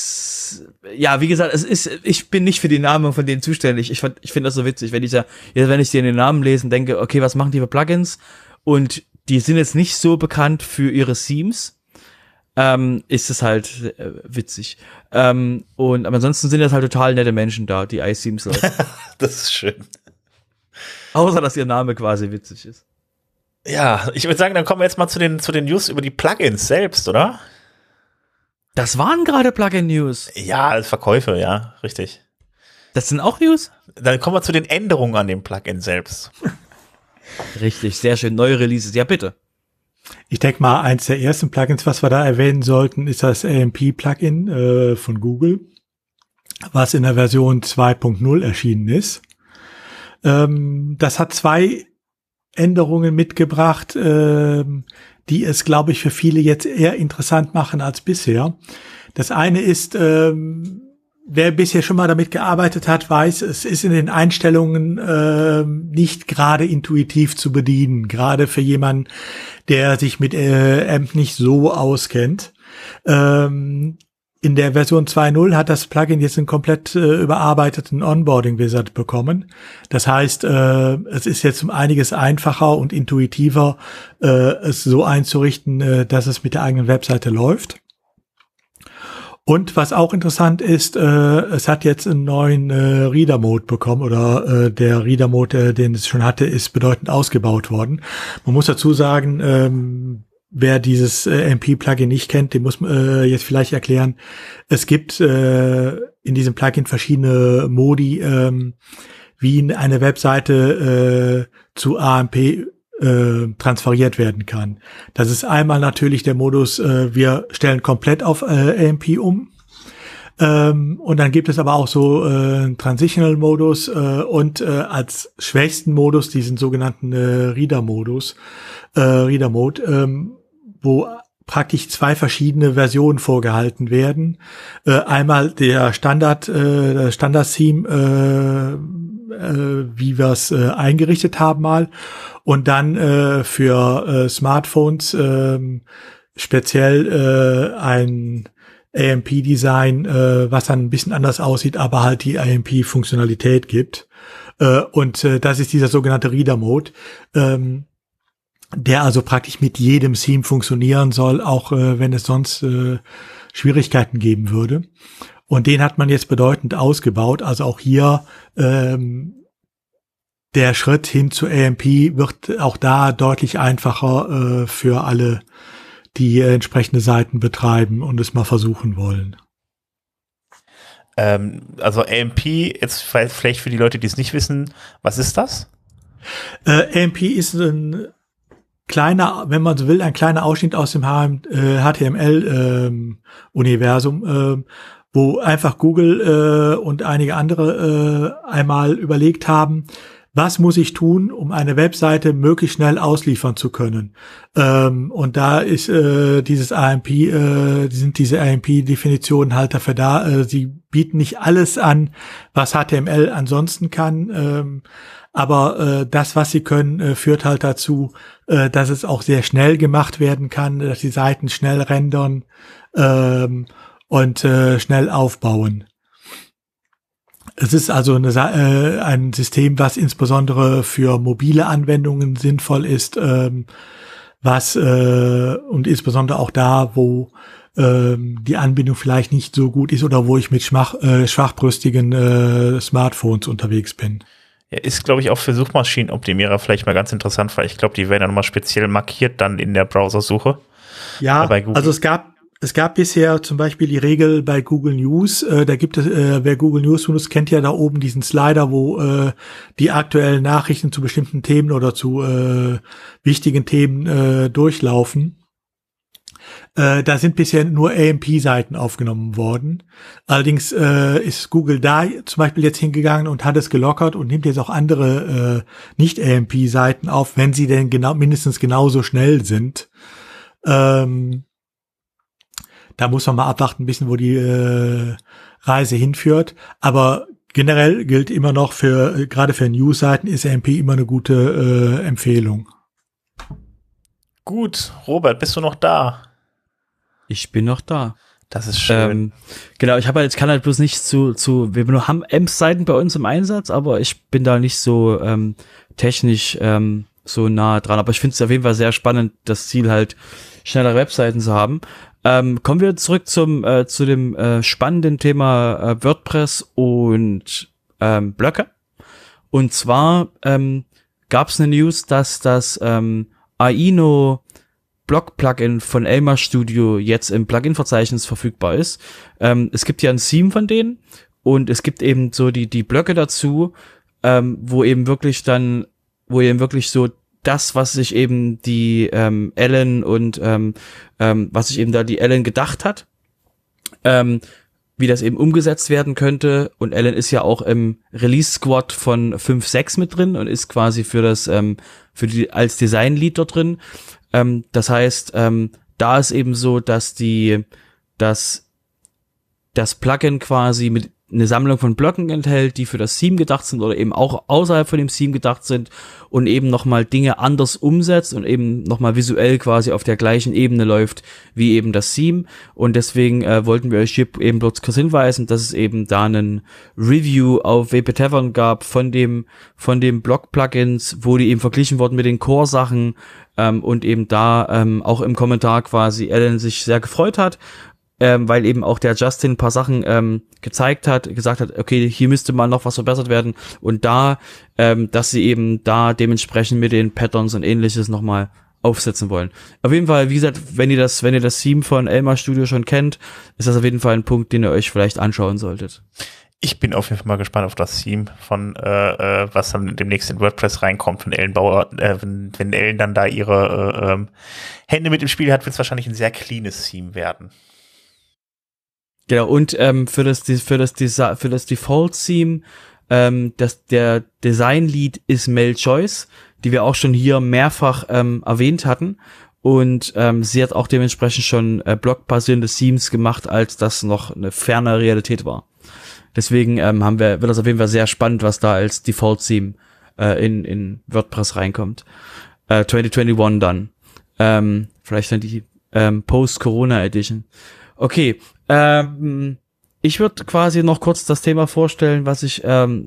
gesagt, ich bin nicht für die Namen von denen zuständig. Ich finde das so witzig, wenn ich dir den Namen lese und denke, okay, was machen die für Plugins? Und die sind jetzt nicht so bekannt für ihre Themes. Ist es halt witzig. Aber ansonsten sind das halt total nette Menschen da, die iThemes Leute. Das ist schön. Außer, dass ihr Name quasi witzig ist. Ja, ich würde sagen, dann kommen wir jetzt mal zu den News über die Plugins selbst, oder? Das waren gerade Plugin-News. Ja, Verkäufe, ja, richtig. Das sind auch News? Dann kommen wir zu den Änderungen an dem Plugin selbst. Richtig, sehr schön. Neue Releases, ja bitte. Ich denke mal, eins der ersten Plugins, was wir da erwähnen sollten, ist das AMP-Plugin von Google, was in der Version 2.0 erschienen ist. Das hat 2 Änderungen mitgebracht, die es, glaube ich, für viele jetzt eher interessant machen als bisher. Das eine ist, wer bisher schon mal damit gearbeitet hat, weiß, es ist in den Einstellungen nicht gerade intuitiv zu bedienen, gerade für jemanden, der sich mit AMP nicht so auskennt. In der Version 2.0 hat das Plugin jetzt einen komplett überarbeiteten Onboarding-Wizard bekommen. Das heißt, es ist jetzt um einiges einfacher und intuitiver, es so einzurichten, dass es mit der eigenen Webseite läuft. Und was auch interessant ist, es hat jetzt einen neuen Reader-Mode bekommen, oder der Reader-Mode, den es schon hatte, ist bedeutend ausgebaut worden. Man muss dazu sagen, wer dieses AMP-Plugin nicht kennt, dem muss man jetzt vielleicht erklären. Es gibt in diesem Plugin verschiedene Modi, wie eine Webseite zu AMP transferiert werden kann. Das ist einmal natürlich der Modus, wir stellen komplett auf AMP um. Und dann gibt es aber auch so einen Transitional-Modus und als schwächsten Modus diesen sogenannten Reader-Mode, wo praktisch 2 verschiedene Versionen vorgehalten werden. Einmal der Standard-Theme, wie wir es eingerichtet haben mal, und dann für Smartphones speziell ein AMP-Design, was dann ein bisschen anders aussieht, aber halt die AMP-Funktionalität gibt. Und das ist dieser sogenannte Reader-Mode, der also praktisch mit jedem Theme funktionieren soll, auch wenn es sonst Schwierigkeiten geben würde. Und den hat man jetzt bedeutend ausgebaut. Also auch hier der Schritt hin zu AMP wird auch da deutlich einfacher für alle, die entsprechende Seiten betreiben und es mal versuchen wollen. Also AMP, jetzt vielleicht für die Leute, die es nicht wissen, was ist das? AMP ist ein kleiner, wenn man so will, ein kleiner Ausschnitt aus dem HTML-Universum, wo einfach Google und einige andere einmal überlegt haben, was muss ich tun, um eine Webseite möglichst schnell ausliefern zu können? Und da ist dieses AMP, sind diese AMP-Definitionen halt dafür da. Sie bieten nicht alles an, was HTML ansonsten kann, aber das, was sie können, führt halt dazu, dass es auch sehr schnell gemacht werden kann, dass die Seiten schnell rendern und schnell aufbauen. Es ist also ein System, was insbesondere für mobile Anwendungen sinnvoll ist, und insbesondere auch da, wo die Anbindung vielleicht nicht so gut ist oder wo ich mit schwachbrüstigen Smartphones unterwegs bin. Ja, ist, glaube ich, auch für Suchmaschinenoptimierer vielleicht mal ganz interessant, weil ich glaube, die werden ja nochmal speziell markiert dann in der Browsersuche. Ja, also es gab bisher zum Beispiel die Regel bei Google News, da gibt es, wer Google News benutzt, kennt ja da oben diesen Slider, wo die aktuellen Nachrichten zu bestimmten Themen oder zu wichtigen Themen durchlaufen. Da sind bisher nur AMP-Seiten aufgenommen worden. Allerdings ist Google da zum Beispiel jetzt hingegangen und hat es gelockert und nimmt jetzt auch andere Nicht-AMP-Seiten auf, wenn sie denn mindestens genauso schnell sind. Da muss man mal abwarten, ein bisschen, wo die Reise hinführt. Aber generell gilt immer noch gerade für News-Seiten ist AMP immer eine gute Empfehlung. Gut, Robert, bist du noch da? Ich bin noch da. Das ist schön. Genau, ich kann halt bloß nicht wir haben AMP-Seiten bei uns im Einsatz, aber ich bin da nicht so technisch so nah dran. Aber ich finde es auf jeden Fall sehr spannend, das Ziel halt schnellere Webseiten zu haben. Kommen wir zurück zu dem spannenden Thema WordPress und Blöcke. Und zwar gab es eine News, dass das Aino Block-Plugin von Elma Studio jetzt im Plugin-Verzeichnis verfügbar ist. Es gibt ja ein Theme von denen und es gibt eben so die Blöcke dazu, wo eben wirklich so das, was sich eben die Ellen und was sich eben da die Ellen gedacht hat, wie das eben umgesetzt werden könnte. Und Ellen ist ja auch im Release-Squad von 5.6 mit drin und ist quasi als Design-Lead dort drin. Das heißt, da ist eben so, dass das Plugin quasi mit eine Sammlung von Blöcken enthält, die für das Theme gedacht sind oder eben auch außerhalb von dem Theme gedacht sind und eben nochmal Dinge anders umsetzt und eben nochmal visuell quasi auf der gleichen Ebene läuft wie eben das Theme. Und deswegen wollten wir euch hier eben bloß kurz hinweisen, dass es eben da einen Review auf WP Tavern gab von dem Block-Plugins, wo die eben verglichen wurden mit den Core-Sachen und eben da auch im Kommentar quasi Ellen sich sehr gefreut hat. Weil eben auch der Justin ein paar Sachen gesagt hat, okay, hier müsste mal noch was verbessert werden und dass sie eben da dementsprechend mit den Patterns und ähnliches nochmal aufsetzen wollen. Auf jeden Fall, wie gesagt, wenn ihr das Theme von Elma Studio schon kennt, ist das auf jeden Fall ein Punkt, den ihr euch vielleicht anschauen solltet. Ich bin auf jeden Fall mal gespannt auf das Theme von was dann demnächst in WordPress reinkommt von Ellen Bauer. Wenn Ellen dann da ihre Hände mit im Spiel hat, wird es wahrscheinlich ein sehr cleanes Theme werden. Genau, und für das Default-Theme, der Design-Lead ist Mel Joyce, die wir auch schon hier mehrfach erwähnt hatten. Und sie hat auch dementsprechend schon blockbasierende Themes gemacht, als das noch eine ferne Realität war. Deswegen wird das auf jeden Fall sehr spannend, was da als Default-Theme in WordPress reinkommt. 2021 dann. Vielleicht dann die Post-Corona-Edition. Okay, ich würde quasi noch kurz das Thema vorstellen, was ich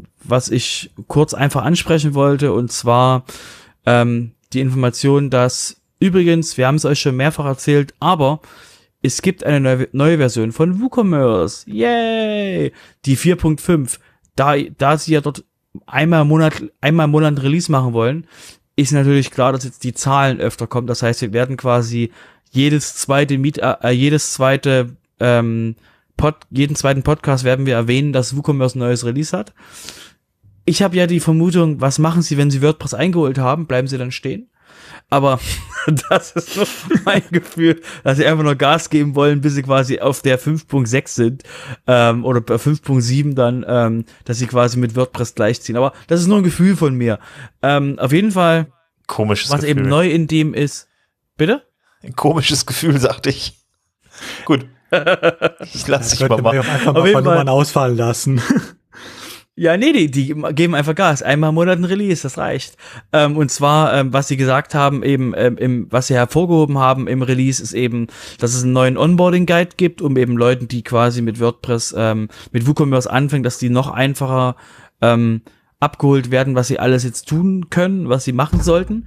kurz einfach ansprechen wollte, und zwar die Information, dass übrigens, wir haben es euch schon mehrfach erzählt, aber es gibt eine neue Version von WooCommerce, yay, die 4.5, da sie ja dort einmal im Monat ein Release machen wollen, ist natürlich klar, dass jetzt die Zahlen öfter kommen, das heißt, wir werden quasi jedes zweite jeden zweiten Podcast werden wir erwähnen, dass WooCommerce ein neues Release hat. Ich habe ja die Vermutung, was machen sie, wenn sie WordPress eingeholt haben? Bleiben sie dann stehen? Aber das ist nur mein Gefühl, dass sie einfach nur Gas geben wollen, bis sie quasi auf der 5.6 sind oder bei 5.7 dann, dass sie quasi mit WordPress gleichziehen. Aber das ist nur ein Gefühl von mir. Auf jeden Fall, komisches was Gefühl. eben neu in dem ist. Bitte? Ein komisches Gefühl, sagte ich. Gut. Ich lasse dich mal machen. Einfach mal Nummern ausfallen lassen. Ja, nee, die geben einfach Gas. Einmal im Monat ein Release, das reicht. Und zwar, was sie gesagt haben, eben, was sie hervorgehoben haben im Release, ist eben, dass es einen neuen Onboarding-Guide gibt, um eben Leuten, die quasi mit WordPress, mit WooCommerce anfangen, dass die noch einfacher abgeholt werden, was sie alles jetzt tun können, was sie machen sollten.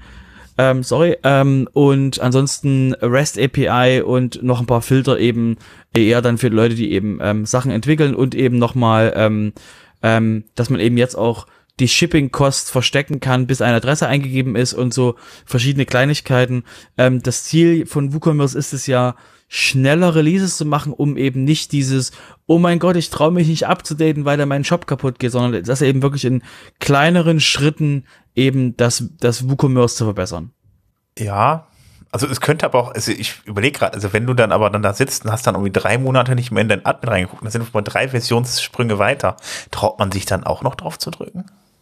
Und ansonsten REST API und noch ein paar Filter eben eher dann für Leute, die eben Sachen entwickeln und eben nochmal dass man eben jetzt auch die Shipping-Cost verstecken kann, bis eine Adresse eingegeben ist und so verschiedene Kleinigkeiten. Das Ziel von WooCommerce ist es ja, schneller Releases zu machen, um eben nicht dieses, oh mein Gott, ich traue mich nicht abzudaten, weil da mein Shop kaputt geht, sondern dass er eben wirklich in kleineren Schritten eben das WooCommerce zu verbessern. Ja, also es könnte aber auch, also ich überlege gerade, also wenn du dann aber dann da sitzt und hast dann irgendwie 3 Monate nicht mehr in dein Admin reingeguckt, dann sind wir mal 3 Versionssprünge weiter. Traut man sich dann auch noch drauf zu drücken?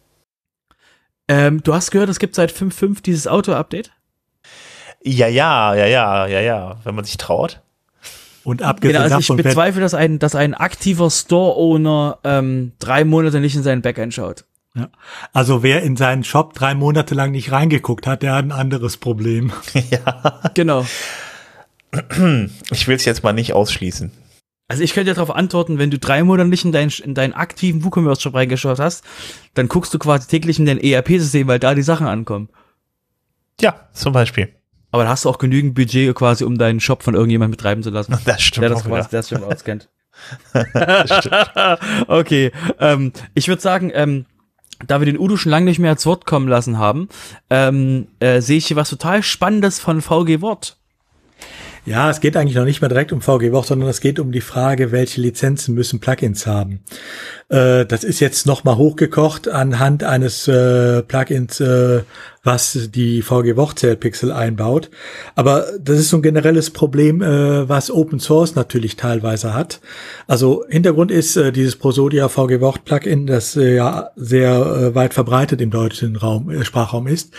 Du hast gehört, es gibt seit 5.5 dieses Auto-Update? Ja, wenn man sich traut. Und abgesehen also ich bezweifle, dass ein aktiver Store-Owner 3 Monate nicht in seinen Backend schaut. Ja. Also wer in seinen Shop 3 Monate lang nicht reingeguckt hat, der hat ein anderes Problem. Ja. Genau. Ich will es jetzt mal nicht ausschließen. Also ich könnte dir darauf antworten, wenn du 3 Monate nicht in deinen aktiven WooCommerce-Shop reingeschaut hast, dann guckst du quasi täglich in dein ERP-System, weil da die Sachen ankommen. Ja, zum Beispiel. Aber da hast du auch genügend Budget quasi, um deinen Shop von irgendjemandem betreiben zu lassen. Das stimmt. Der das schon auskennt. Das stimmt. Okay, ich würde sagen, da wir den Udo schon lange nicht mehr zu Wort kommen lassen haben, sehe ich hier was total Spannendes von VG Wort. Ja, es geht eigentlich noch nicht mehr direkt um VG Wort, sondern es geht um die Frage, welche Lizenzen müssen Plugins haben. Das ist jetzt nochmal hochgekocht anhand eines Plugins, was die VG Wort Zählpixel einbaut. Aber das ist so ein generelles Problem, was Open Source natürlich teilweise hat. Also Hintergrund ist dieses Prosodia VG Wort Plugin, das ja sehr weit verbreitet im deutschen Sprachraum ist.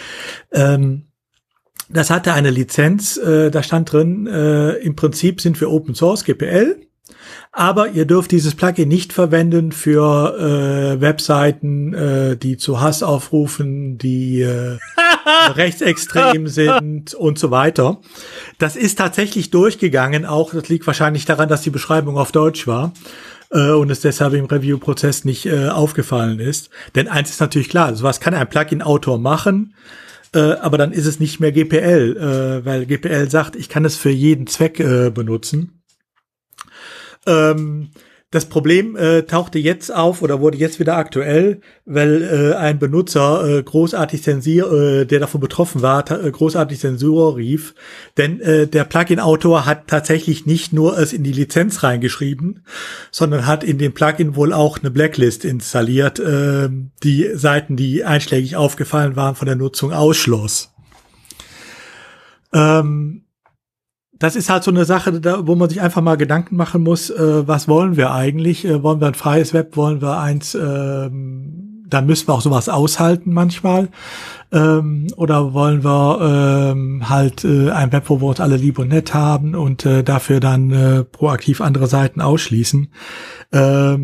Das hatte eine Lizenz, da stand drin, im Prinzip sind wir Open Source, GPL, aber ihr dürft dieses Plugin nicht verwenden für Webseiten, die zu Hass aufrufen, die rechtsextrem sind und so weiter. Das ist tatsächlich durchgegangen, auch das liegt wahrscheinlich daran, dass die Beschreibung auf Deutsch war und es deshalb im Review-Prozess nicht aufgefallen ist. Denn eins ist natürlich klar, sowas kann ein Plugin-Autor machen, aber dann ist es nicht mehr GPL, weil GPL sagt, ich kann es für jeden Zweck benutzen. Das Problem tauchte jetzt auf oder wurde jetzt wieder aktuell, weil ein Benutzer großartig der davon betroffen war, großartig Zensur rief. Denn der Plugin-Autor hat tatsächlich nicht nur es in die Lizenz reingeschrieben, sondern hat in dem Plugin wohl auch eine Blacklist installiert, die Seiten, die einschlägig aufgefallen waren, von der Nutzung ausschloss. Das ist halt so eine Sache, wo man sich einfach mal Gedanken machen muss, was wollen wir eigentlich? Wollen wir ein freies Web? Wollen wir eins, dann müssen wir auch sowas aushalten manchmal. Oder wollen wir halt ein Web, wo wir uns alle lieb und nett haben und dafür dann proaktiv andere Seiten ausschließen? Das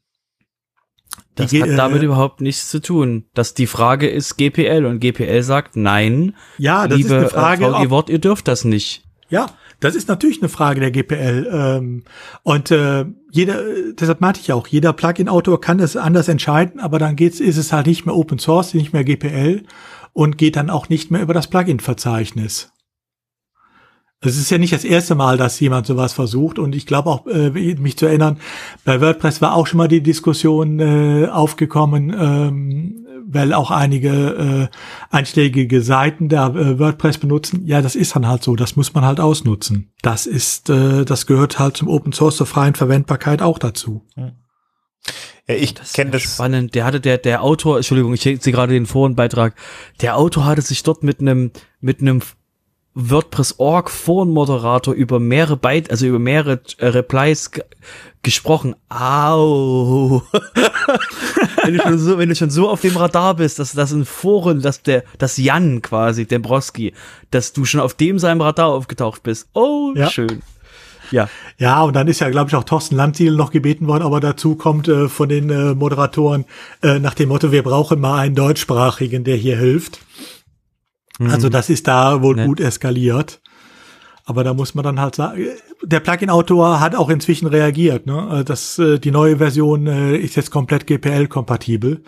hat damit überhaupt nichts zu tun. Dass die Frage ist GPL und GPL sagt nein. Ja, das ist eine Frage. VG Wort, ihr dürft das nicht. Ja, das ist natürlich eine Frage der GPL. Deshalb meinte ich auch, jeder Plugin-Autor kann es anders entscheiden, aber dann ist es halt nicht mehr Open Source, nicht mehr GPL und geht dann auch nicht mehr über das Plugin-Verzeichnis. Es ist ja nicht das erste Mal, dass jemand sowas versucht und ich glaube auch, mich zu erinnern, bei WordPress war auch schon mal die Diskussion aufgekommen, weil auch einige einschlägige Seiten da WordPress benutzen. Ja, das ist dann halt so, das muss man halt ausnutzen. Das gehört halt zum Open Source, zur freien Verwendbarkeit auch dazu. Ja, ich kenne das. Spannend. Der Autor, Entschuldigung, ich sehe gerade den Forenbeitrag. Der Autor hatte sich dort mit einem WordPress.org Forenmoderator über mehrere Replies gesprochen. Au. wenn du schon so auf dem Radar bist, dass das in Foren, das Jan quasi, Dembrowski, dass du schon auf dem seinem Radar aufgetaucht bist. Oh, ja. Schön. Ja. Ja, und dann ist ja, glaube ich, auch Thorsten Landsiedel noch gebeten worden, aber dazu kommt von den Moderatoren nach dem Motto, wir brauchen mal einen Deutschsprachigen, der hier hilft. Also das ist da wohl gut eskaliert. Aber da muss man dann halt sagen, der Plugin-Autor hat auch inzwischen reagiert, ne? Die neue Version ist jetzt komplett GPL-kompatibel.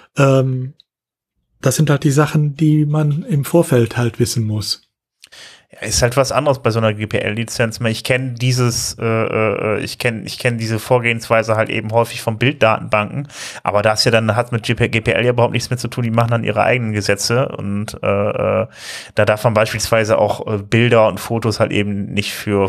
Das sind halt die Sachen, die man im Vorfeld halt wissen muss. Ja, ist halt was anderes bei so einer GPL-Lizenz. Ich kenne ich kenne diese Vorgehensweise halt eben häufig von Bilddatenbanken, aber das ja dann hat mit GPL ja überhaupt nichts mehr zu tun. Die machen dann ihre eigenen Gesetze und da darf man beispielsweise auch Bilder und Fotos halt eben nicht für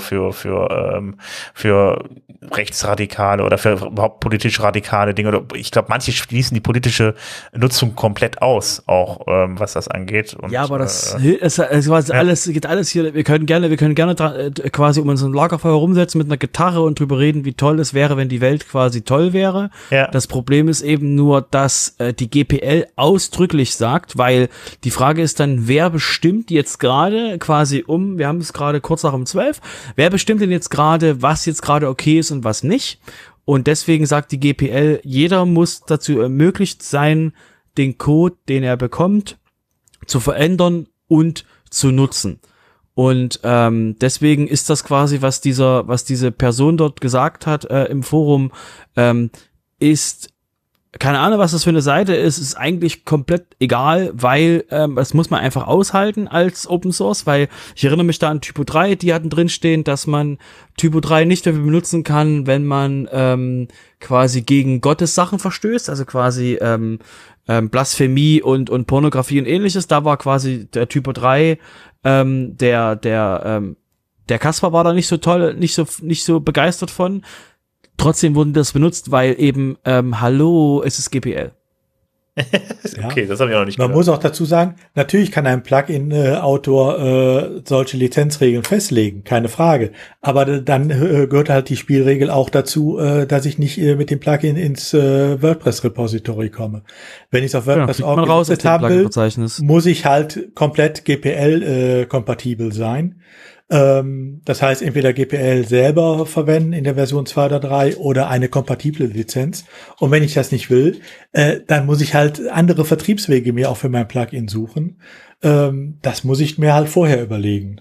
Rechtsradikale oder für überhaupt politisch radikale Dinge. Oder ich glaube, manche schließen die politische Nutzung komplett aus, auch was das angeht. Und, ja, aber das ist alles, geht alles hier. Wir können gerne quasi um unseren Lagerfeuer rumsetzen mit einer Gitarre und drüber reden, wie toll es wäre, wenn die Welt quasi toll wäre. Ja. Das Problem ist eben nur, dass die GPL ausdrücklich sagt, weil die Frage ist dann, wer bestimmt jetzt gerade quasi wir haben es gerade kurz nach 12, wer bestimmt denn jetzt gerade, was jetzt gerade okay ist und was nicht? Und deswegen sagt die GPL, jeder muss dazu ermöglicht sein, den Code, den er bekommt, zu verändern und zu nutzen. Und deswegen ist das quasi, was diese Person dort gesagt hat im Forum, ist, keine Ahnung, was das für eine Seite ist eigentlich komplett egal, weil das muss man einfach aushalten als Open Source, weil ich erinnere mich da an Typo 3, die hatten drinstehen, dass man Typo 3 nicht dafür benutzen kann, wenn man quasi gegen Gottes Sachen verstößt, also quasi Blasphemie und Pornografie und ähnliches. Da war quasi der Typo 3 der Kaspar war da nicht so toll, nicht so begeistert von. Trotzdem wurden das benutzt, weil eben, hallo, es ist GPL. Okay, das habe ich auch noch nicht gehört. Man muss auch dazu sagen, natürlich kann ein Plugin-Autor solche Lizenzregeln festlegen, keine Frage. Aber dann gehört halt die Spielregel auch dazu, dass ich nicht mit dem Plugin ins WordPress-Repository komme. Wenn ich es auf WordPress.org gelistet haben will, muss ich halt komplett GPL-kompatibel sein. Das heißt, entweder GPL selber verwenden in der Version 2 oder 3 oder eine kompatible Lizenz. Und wenn ich das nicht will, dann muss ich halt andere Vertriebswege mir auch für mein Plugin suchen. Das muss ich mir halt vorher überlegen.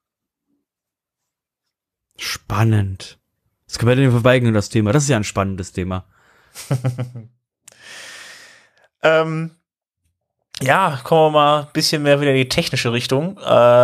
Spannend. Das können wir denn verweigern, das Thema. Das ist ja ein spannendes Thema. Ja, kommen wir mal ein bisschen mehr wieder in die technische Richtung.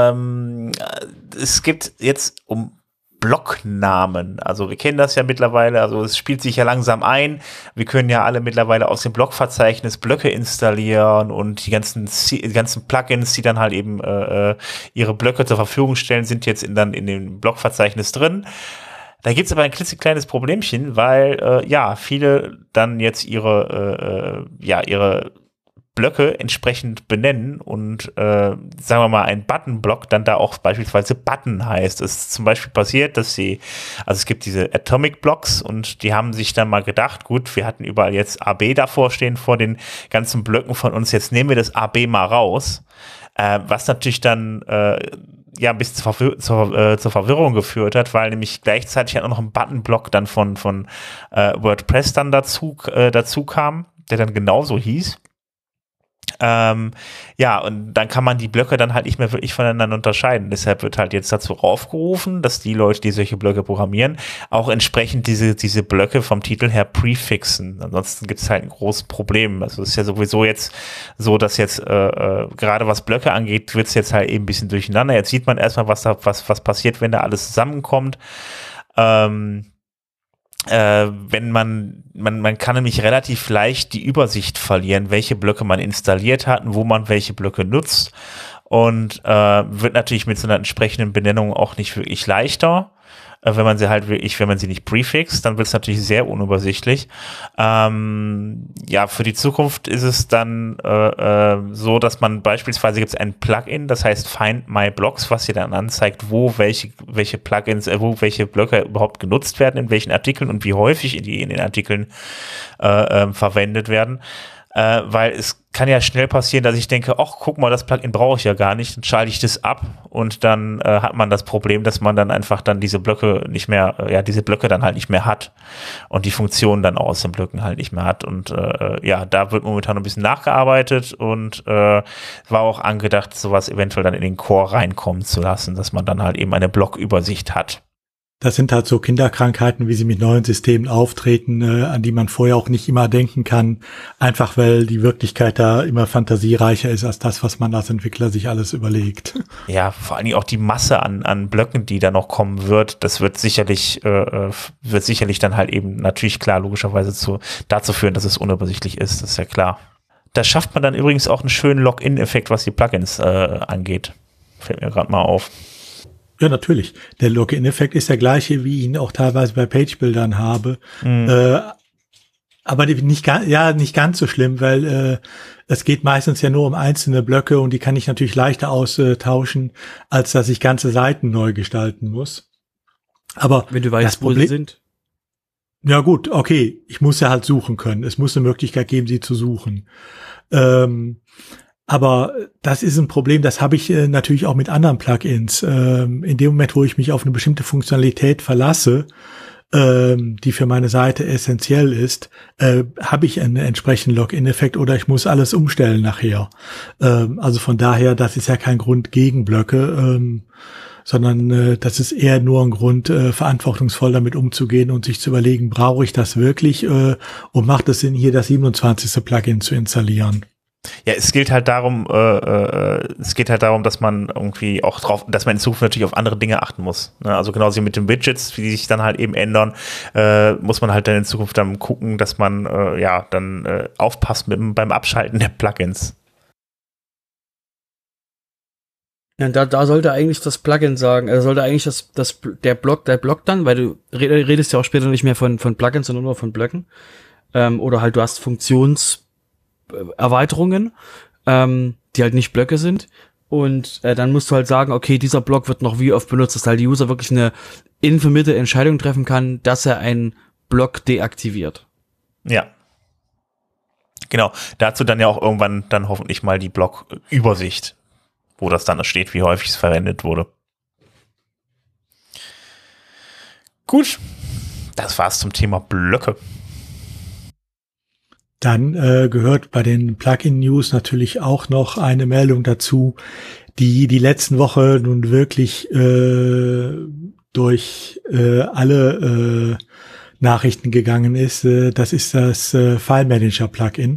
Es gibt jetzt um Blocknamen, also wir kennen das ja mittlerweile, also es spielt sich ja langsam ein. Wir können ja alle mittlerweile aus dem Blockverzeichnis Blöcke installieren und die ganzen Plugins, die dann halt eben ihre Blöcke zur Verfügung stellen, sind jetzt dann in dem Blockverzeichnis drin. Da gibt's aber ein klitzekleines Problemchen, weil viele dann jetzt ihre Blöcke entsprechend benennen und sagen wir mal ein Button-Block dann da auch beispielsweise Button heißt. Es ist zum Beispiel passiert, dass es gibt diese Atomic-Blocks und die haben sich dann mal gedacht, gut, wir hatten überall jetzt AB davor stehen vor den ganzen Blöcken von uns, jetzt nehmen wir das AB mal raus, was natürlich dann ein bisschen zur Verwirrung geführt hat, weil nämlich gleichzeitig auch noch ein Button-Block dann von WordPress dann dazu kam, der dann genauso hieß. Und dann kann man die Blöcke dann halt nicht mehr wirklich voneinander unterscheiden. Deshalb wird halt jetzt dazu aufgerufen, dass die Leute, die solche Blöcke programmieren, auch entsprechend diese Blöcke vom Titel her prefixen. Ansonsten gibt es halt ein großes Problem. Also es ist ja sowieso jetzt so, dass jetzt gerade was Blöcke angeht, wird es jetzt halt eben ein bisschen durcheinander. Jetzt sieht man erstmal, was passiert, wenn da alles zusammenkommt. wenn man kann nämlich relativ leicht die Übersicht verlieren, welche Blöcke man installiert hat und wo man welche Blöcke nutzt, und wird natürlich mit so einer entsprechenden Benennung auch nicht wirklich leichter. Wenn man sie nicht prefixt, dann wird es natürlich sehr unübersichtlich. Für die Zukunft ist es dann so, dass man beispielsweise gibt es ein Plugin, das heißt Find My Blocks, was dir dann anzeigt, wo welche Plugins, wo welche Blöcke überhaupt genutzt werden, in welchen Artikeln und wie häufig die in den Artikeln verwendet werden. Weil es kann ja schnell passieren, dass ich denke, ach, guck mal, das Plugin brauche ich ja gar nicht, dann schalte ich das ab und dann hat man das Problem, dass man dann einfach dann diese Blöcke dann halt nicht mehr hat und die Funktionen dann auch aus den Blöcken halt nicht mehr hat, und da wird momentan ein bisschen nachgearbeitet und war auch angedacht, sowas eventuell dann in den Core reinkommen zu lassen, dass man dann halt eben eine Blockübersicht hat. Das sind halt so Kinderkrankheiten, wie sie mit neuen Systemen auftreten, an die man vorher auch nicht immer denken kann, einfach weil die Wirklichkeit da immer fantasiereicher ist als das, was man als Entwickler sich alles überlegt. Ja, vor allem auch die Masse an Blöcken, die da noch kommen wird, das wird sicherlich dann halt eben natürlich klar logischerweise dazu führen, dass es unübersichtlich ist, das ist ja klar. Da schafft man dann übrigens auch einen schönen Login-Effekt, was die Plugins angeht. Fällt mir gerade mal auf. Ja, natürlich. Der Login-Effekt ist der gleiche, wie ich ihn auch teilweise bei Page-Bildern habe. Aber nicht ganz so schlimm, weil es geht meistens ja nur um einzelne Blöcke und die kann ich natürlich leichter austauschen, als dass ich ganze Seiten neu gestalten muss. Aber wenn du weißt, wo sie sind. Ja gut, okay. Ich muss ja halt suchen können. Es muss eine Möglichkeit geben, sie zu suchen. Aber das ist ein Problem, das habe ich natürlich auch mit anderen Plugins. In dem Moment, wo ich mich auf eine bestimmte Funktionalität verlasse, die für meine Seite essentiell ist, habe ich einen entsprechenden Login-Effekt oder ich muss alles umstellen nachher. Also von daher, das ist ja kein Grund gegen Blöcke, sondern das ist eher nur ein Grund, verantwortungsvoll damit umzugehen und sich zu überlegen, brauche ich das wirklich und macht es Sinn, hier das 27. Plugin zu installieren. Ja, es geht halt darum, dass man irgendwie auch dass man in Zukunft natürlich auf andere Dinge achten muss. Ne? Also genauso wie mit den Widgets, wie die sich dann halt eben ändern, muss man halt dann in Zukunft dann gucken, dass man aufpasst beim Abschalten der Plugins. Ja, da sollte eigentlich das Plugin sagen, sollte eigentlich der Block dann, weil du redest ja auch später nicht mehr von Plugins, sondern nur von Blöcken. Oder halt du hast Funktionserweiterungen, die halt nicht Blöcke sind. Und dann musst du halt sagen, okay, dieser Block wird noch wie oft benutzt, dass halt die User wirklich eine informierte Entscheidung treffen kann, dass er einen Block deaktiviert. Ja. Genau. Dazu dann ja auch irgendwann dann hoffentlich mal die Blockübersicht, wo das dann steht, wie häufig es verwendet wurde. Gut. Das war's zum Thema Blöcke. Dann gehört bei den Plugin-News natürlich auch noch eine Meldung dazu, die letzten Woche nun wirklich durch alle Nachrichten gegangen ist. Das ist das File Manager Plugin.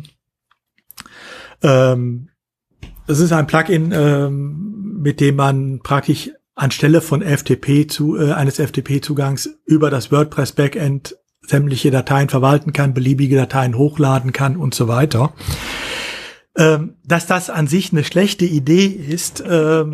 Es ist ein Plugin, mit dem man praktisch anstelle von eines FTP-Zugangs über das WordPress Backend sämtliche Dateien verwalten kann, beliebige Dateien hochladen kann und so weiter. Dass das an sich eine schlechte Idee ist,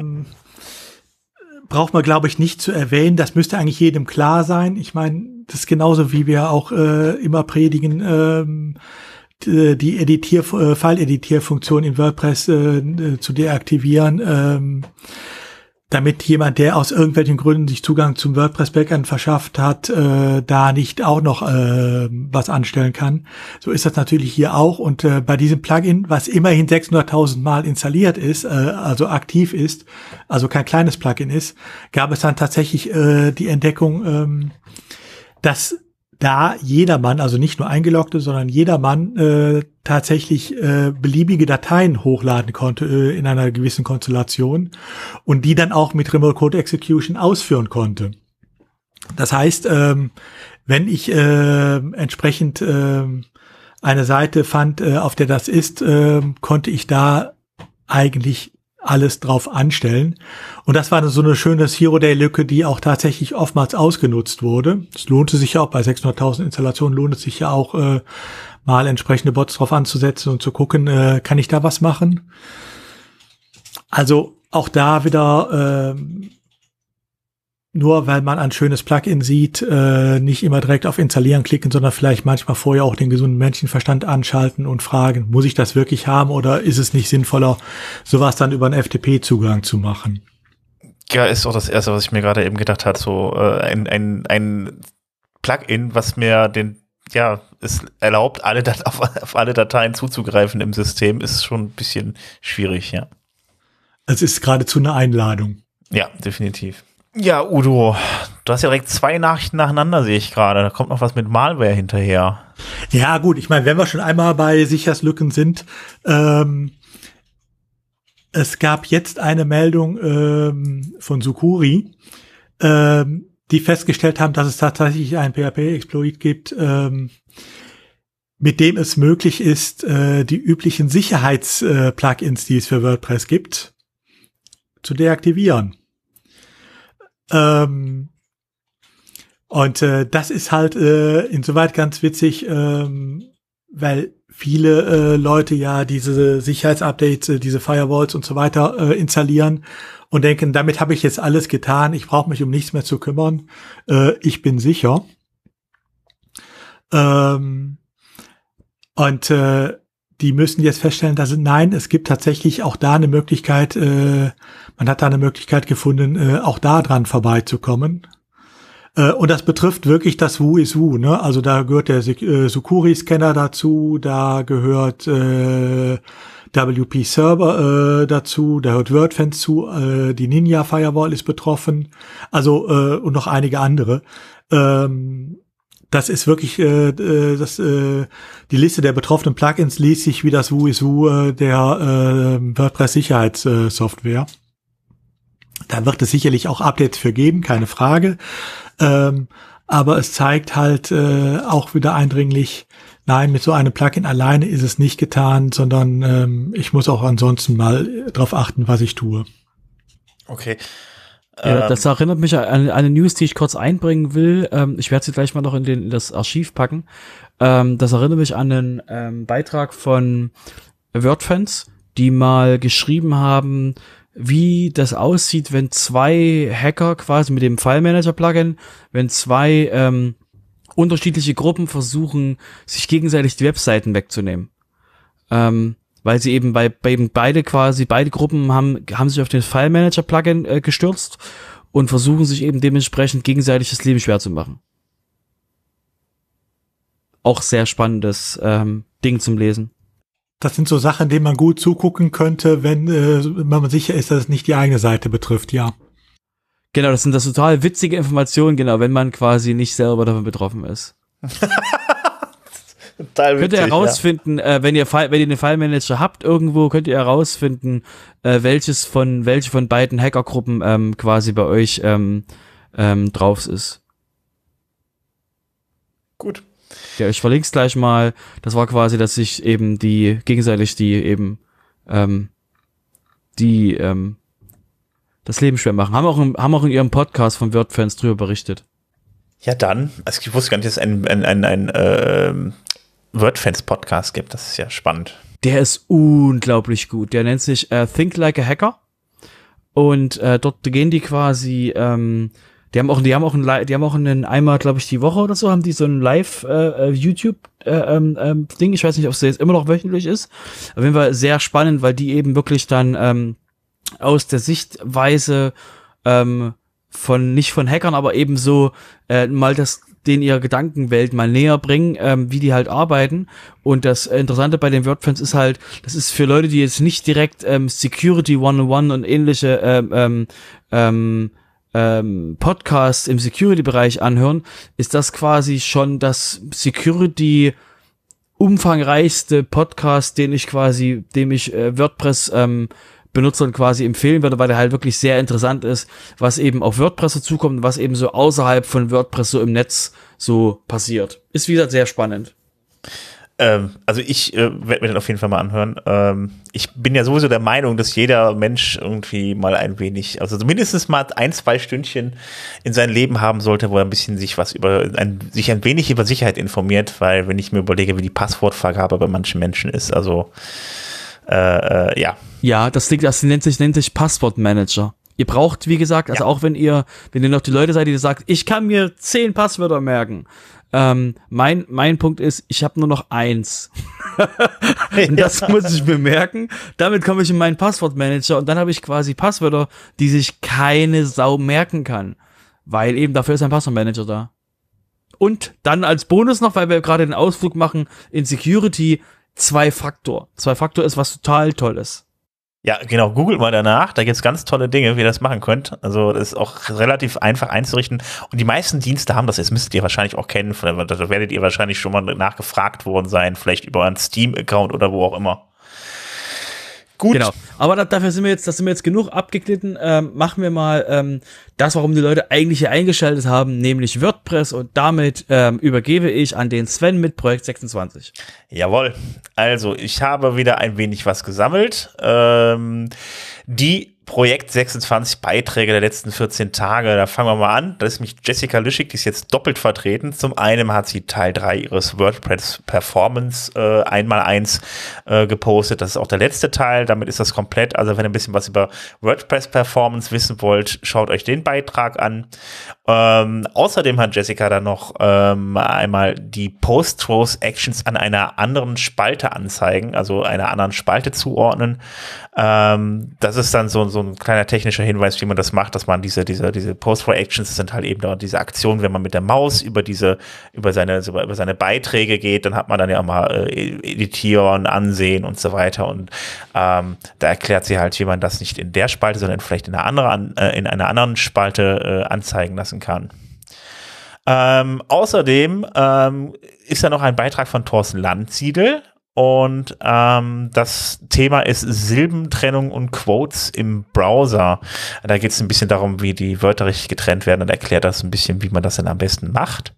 braucht man, glaube ich, nicht zu erwähnen. Das müsste eigentlich jedem klar sein. Ich meine, das ist genauso, wie wir auch immer predigen, die File-Editierfunktion in WordPress zu deaktivieren, damit jemand, der aus irgendwelchen Gründen sich Zugang zum WordPress-Backend verschafft hat, da nicht auch noch was anstellen kann. So ist das natürlich hier auch. Und bei diesem Plugin, was immerhin 600.000 Mal installiert ist, also aktiv ist, also kein kleines Plugin ist, gab es dann tatsächlich die Entdeckung, dass da jedermann, also nicht nur Eingeloggte, sondern jedermann tatsächlich beliebige Dateien hochladen konnte in einer gewissen Konstellation und die dann auch mit Remote Code Execution ausführen konnte. Das heißt, wenn ich entsprechend eine Seite fand, auf der das ist, konnte ich da eigentlich alles drauf anstellen. Und das war so eine schöne Zero-Day-Lücke, die auch tatsächlich oftmals ausgenutzt wurde. Es lohnte sich ja auch, bei 600.000 Installationen lohnt es sich ja auch, mal entsprechende Bots drauf anzusetzen und zu gucken, kann ich da was machen? Also auch da wieder nur weil man ein schönes Plugin sieht, nicht immer direkt auf Installieren klicken, sondern vielleicht manchmal vorher auch den gesunden Menschenverstand anschalten und fragen, muss ich das wirklich haben oder ist es nicht sinnvoller, sowas dann über einen FTP-Zugang zu machen? Ja, ist auch das Erste, was ich mir gerade eben gedacht habe, so ein Plugin, was mir es erlaubt, auf alle Dateien zuzugreifen im System, ist schon ein bisschen schwierig, ja. Es ist geradezu eine Einladung. Ja, definitiv. Ja, Udo, du hast ja direkt 2 Nachrichten nacheinander, sehe ich gerade. Da kommt noch was mit Malware hinterher. Ja, gut, ich meine, wenn wir schon einmal bei Sicherheitslücken sind, es gab jetzt eine Meldung von Sucuri, die festgestellt haben, dass es tatsächlich einen PHP-Exploit gibt, mit dem es möglich ist, die üblichen Sicherheits-Plugins, die es für WordPress gibt, zu deaktivieren. Und das ist halt insoweit ganz witzig, weil viele Leute ja diese Sicherheitsupdates, diese Firewalls und so weiter installieren und denken, damit habe ich jetzt alles getan, ich brauche mich um nichts mehr zu kümmern, ich bin sicher. Und die müssen jetzt feststellen, dass nein, es gibt tatsächlich auch da eine Möglichkeit, man hat da eine Möglichkeit gefunden, auch da dran vorbeizukommen. Und das betrifft wirklich das Who is Who, ne? Also da gehört der Sucuri-Scanner dazu, da gehört WP Server dazu, da hört WordFence zu, die Ninja Firewall ist betroffen, also und noch einige andere. Das ist wirklich die Liste der betroffenen Plugins liest sich wie das Who is Who der WordPress-Sicherheitssoftware. Da wird es sicherlich auch Updates für geben, keine Frage. Aber es zeigt halt auch wieder eindringlich, nein, mit so einem Plugin alleine ist es nicht getan, sondern ich muss auch ansonsten mal drauf achten, was ich tue. Okay. Ja, das erinnert mich an eine News, die ich kurz einbringen will. Ich werde sie gleich mal noch in das Archiv packen. Das erinnert mich an einen Beitrag von WordFence, die mal geschrieben haben, wie das aussieht, wenn 2 Hacker quasi mit dem File-Manager-Plugin, wenn 2 unterschiedliche Gruppen versuchen, sich gegenseitig die Webseiten wegzunehmen. Weil sie eben beide Gruppen haben sich auf den File-Manager-Plugin gestürzt und versuchen sich eben dementsprechend gegenseitig das Leben schwer zu machen. Auch sehr spannendes Ding zum Lesen. Das sind so Sachen, denen man gut zugucken könnte, wenn man sicher ist, dass es nicht die eigene Seite betrifft, ja. Genau, das sind total witzige Informationen, genau, wenn man quasi nicht selber davon betroffen ist. Total witzig, könnt ihr herausfinden, ja. Wenn ihr den File-Manager habt irgendwo, könnt ihr herausfinden, welche von beiden Hackergruppen quasi bei euch drauf ist. Gut. Ja, ich verlinke es gleich mal. Das war quasi, dass sich eben gegenseitig das Leben schwer machen. Haben auch in ihrem Podcast von WordFans drüber berichtet. Ja, dann. Also ich wusste gar nicht, dass es ein WordFans-Podcast gibt. Das ist ja spannend. Der ist unglaublich gut. Der nennt sich Think Like a Hacker. Und dort gehen die quasi die haben auch einen einmal, glaube ich, die Woche oder so, haben die so ein Live YouTube Ding. Ich weiß nicht, ob es jetzt immer noch wöchentlich ist. Auf jeden Fall sehr spannend, weil die eben wirklich dann aus der Sichtweise nicht von Hackern, aber eben so mal denen ihre Gedankenwelt mal näher bringen, wie die halt arbeiten. Und das Interessante bei den WordFans ist halt, das ist für Leute, die jetzt nicht direkt Security 101 und ähnliche Podcasts im Security-Bereich anhören, ist das quasi schon das Security umfangreichste Podcast, dem ich WordPress Benutzern quasi empfehlen würde, weil der halt wirklich sehr interessant ist, was eben auf WordPress dazukommt und was eben so außerhalb von WordPress so im Netz so passiert. Ist, wie gesagt, sehr spannend. Also ich werde mir den auf jeden Fall mal anhören. Ich bin ja sowieso der Meinung, dass jeder Mensch irgendwie mal ein wenig, also mindestens mal 1-2 Stündchen in sein Leben haben sollte, wo er ein bisschen sich sich ein wenig über Sicherheit informiert, weil wenn ich mir überlege, wie die Passwortvergabe bei manchen Menschen ist, also ja. Ja, das nennt sich Passwortmanager. Ihr braucht, wie gesagt, also auch wenn ihr noch die Leute seid, die sagt, ich kann mir 10 Passwörter merken. Mein Punkt ist, ich habe nur noch 1. Und das muss ich mir merken. Damit komme ich in meinen Passwortmanager und dann habe ich quasi Passwörter, die sich keine Sau merken kann. Weil eben dafür ist ein Passwortmanager da. Und dann als Bonus noch, weil wir gerade den Ausflug machen in Security, 2-Faktor. 2-Faktor ist was total Tolles. Ja, genau, googelt mal danach, da gibt's ganz tolle Dinge, wie ihr das machen könnt. Also das ist auch relativ einfach einzurichten. Und die meisten Dienste haben das, jetzt müsstet ihr wahrscheinlich auch kennen, da werdet ihr wahrscheinlich schon mal nachgefragt worden sein, vielleicht über einen Steam-Account oder wo auch immer. Gut. Genau, aber dafür sind wir jetzt genug abgeglitten. Machen wir mal das, warum die Leute eigentlich hier eingeschaltet haben, nämlich WordPress, und damit übergebe ich an den Sven mit Projekt 26. Jawohl, also ich habe wieder ein wenig was gesammelt. Die Projekt 26 Beiträge der letzten 14 Tage, da fangen wir mal an. Das ist mich Jessica Lüschig, die ist jetzt doppelt vertreten. Zum einen hat sie Teil 3 ihres WordPress Performance 1x1 gepostet. Das ist auch der letzte Teil, damit ist das komplett. Also wenn ihr ein bisschen was über WordPress Performance wissen wollt, schaut euch den Beitrag an. Außerdem hat Jessica dann noch einmal die Post-Throws-Actions an einer anderen Spalte anzeigen, also einer anderen Spalte zuordnen. Das ist dann so ein kleiner technischer Hinweis, wie man das macht, dass man diese Post-Throw-Actions, das sind halt eben da diese Aktionen, wenn man mit der Maus über seine Beiträge geht, dann hat man dann ja auch mal editieren, ansehen und so weiter, und da erklärt sie halt, wie man das nicht in der Spalte, sondern vielleicht in einer anderen Spalte anzeigen lassen kann. Außerdem ist da noch ein Beitrag von Thorsten Landsiedel, und das Thema ist Silbentrennung und Quotes im Browser. Da geht es ein bisschen darum, wie die Wörter richtig getrennt werden, und erklärt das ein bisschen, wie man das dann am besten macht.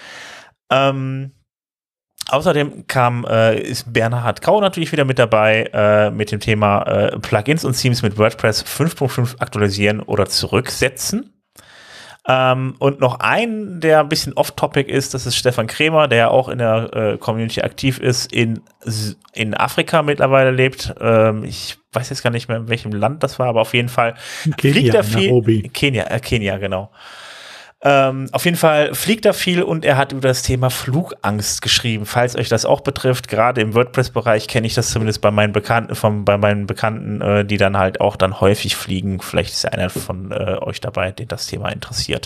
Außerdem ist Bernhard Grau natürlich wieder mit dabei mit dem Thema Plugins und Themes mit WordPress 5.5 aktualisieren oder zurücksetzen. Und noch ein, der ein bisschen off-topic ist, das ist Stefan Krämer, der auch in der Community aktiv ist, in Afrika mittlerweile lebt. Ich weiß jetzt gar nicht mehr, in welchem Land das war, aber auf jeden Fall fliegt er viel. Nairobi. Kenia, genau. Auf jeden Fall fliegt er viel, und er hat über das Thema Flugangst geschrieben. Falls euch das auch betrifft, gerade im WordPress-Bereich kenne ich das zumindest bei meinen Bekannten, die dann halt auch dann häufig fliegen. Vielleicht ist einer von euch dabei, den das Thema interessiert.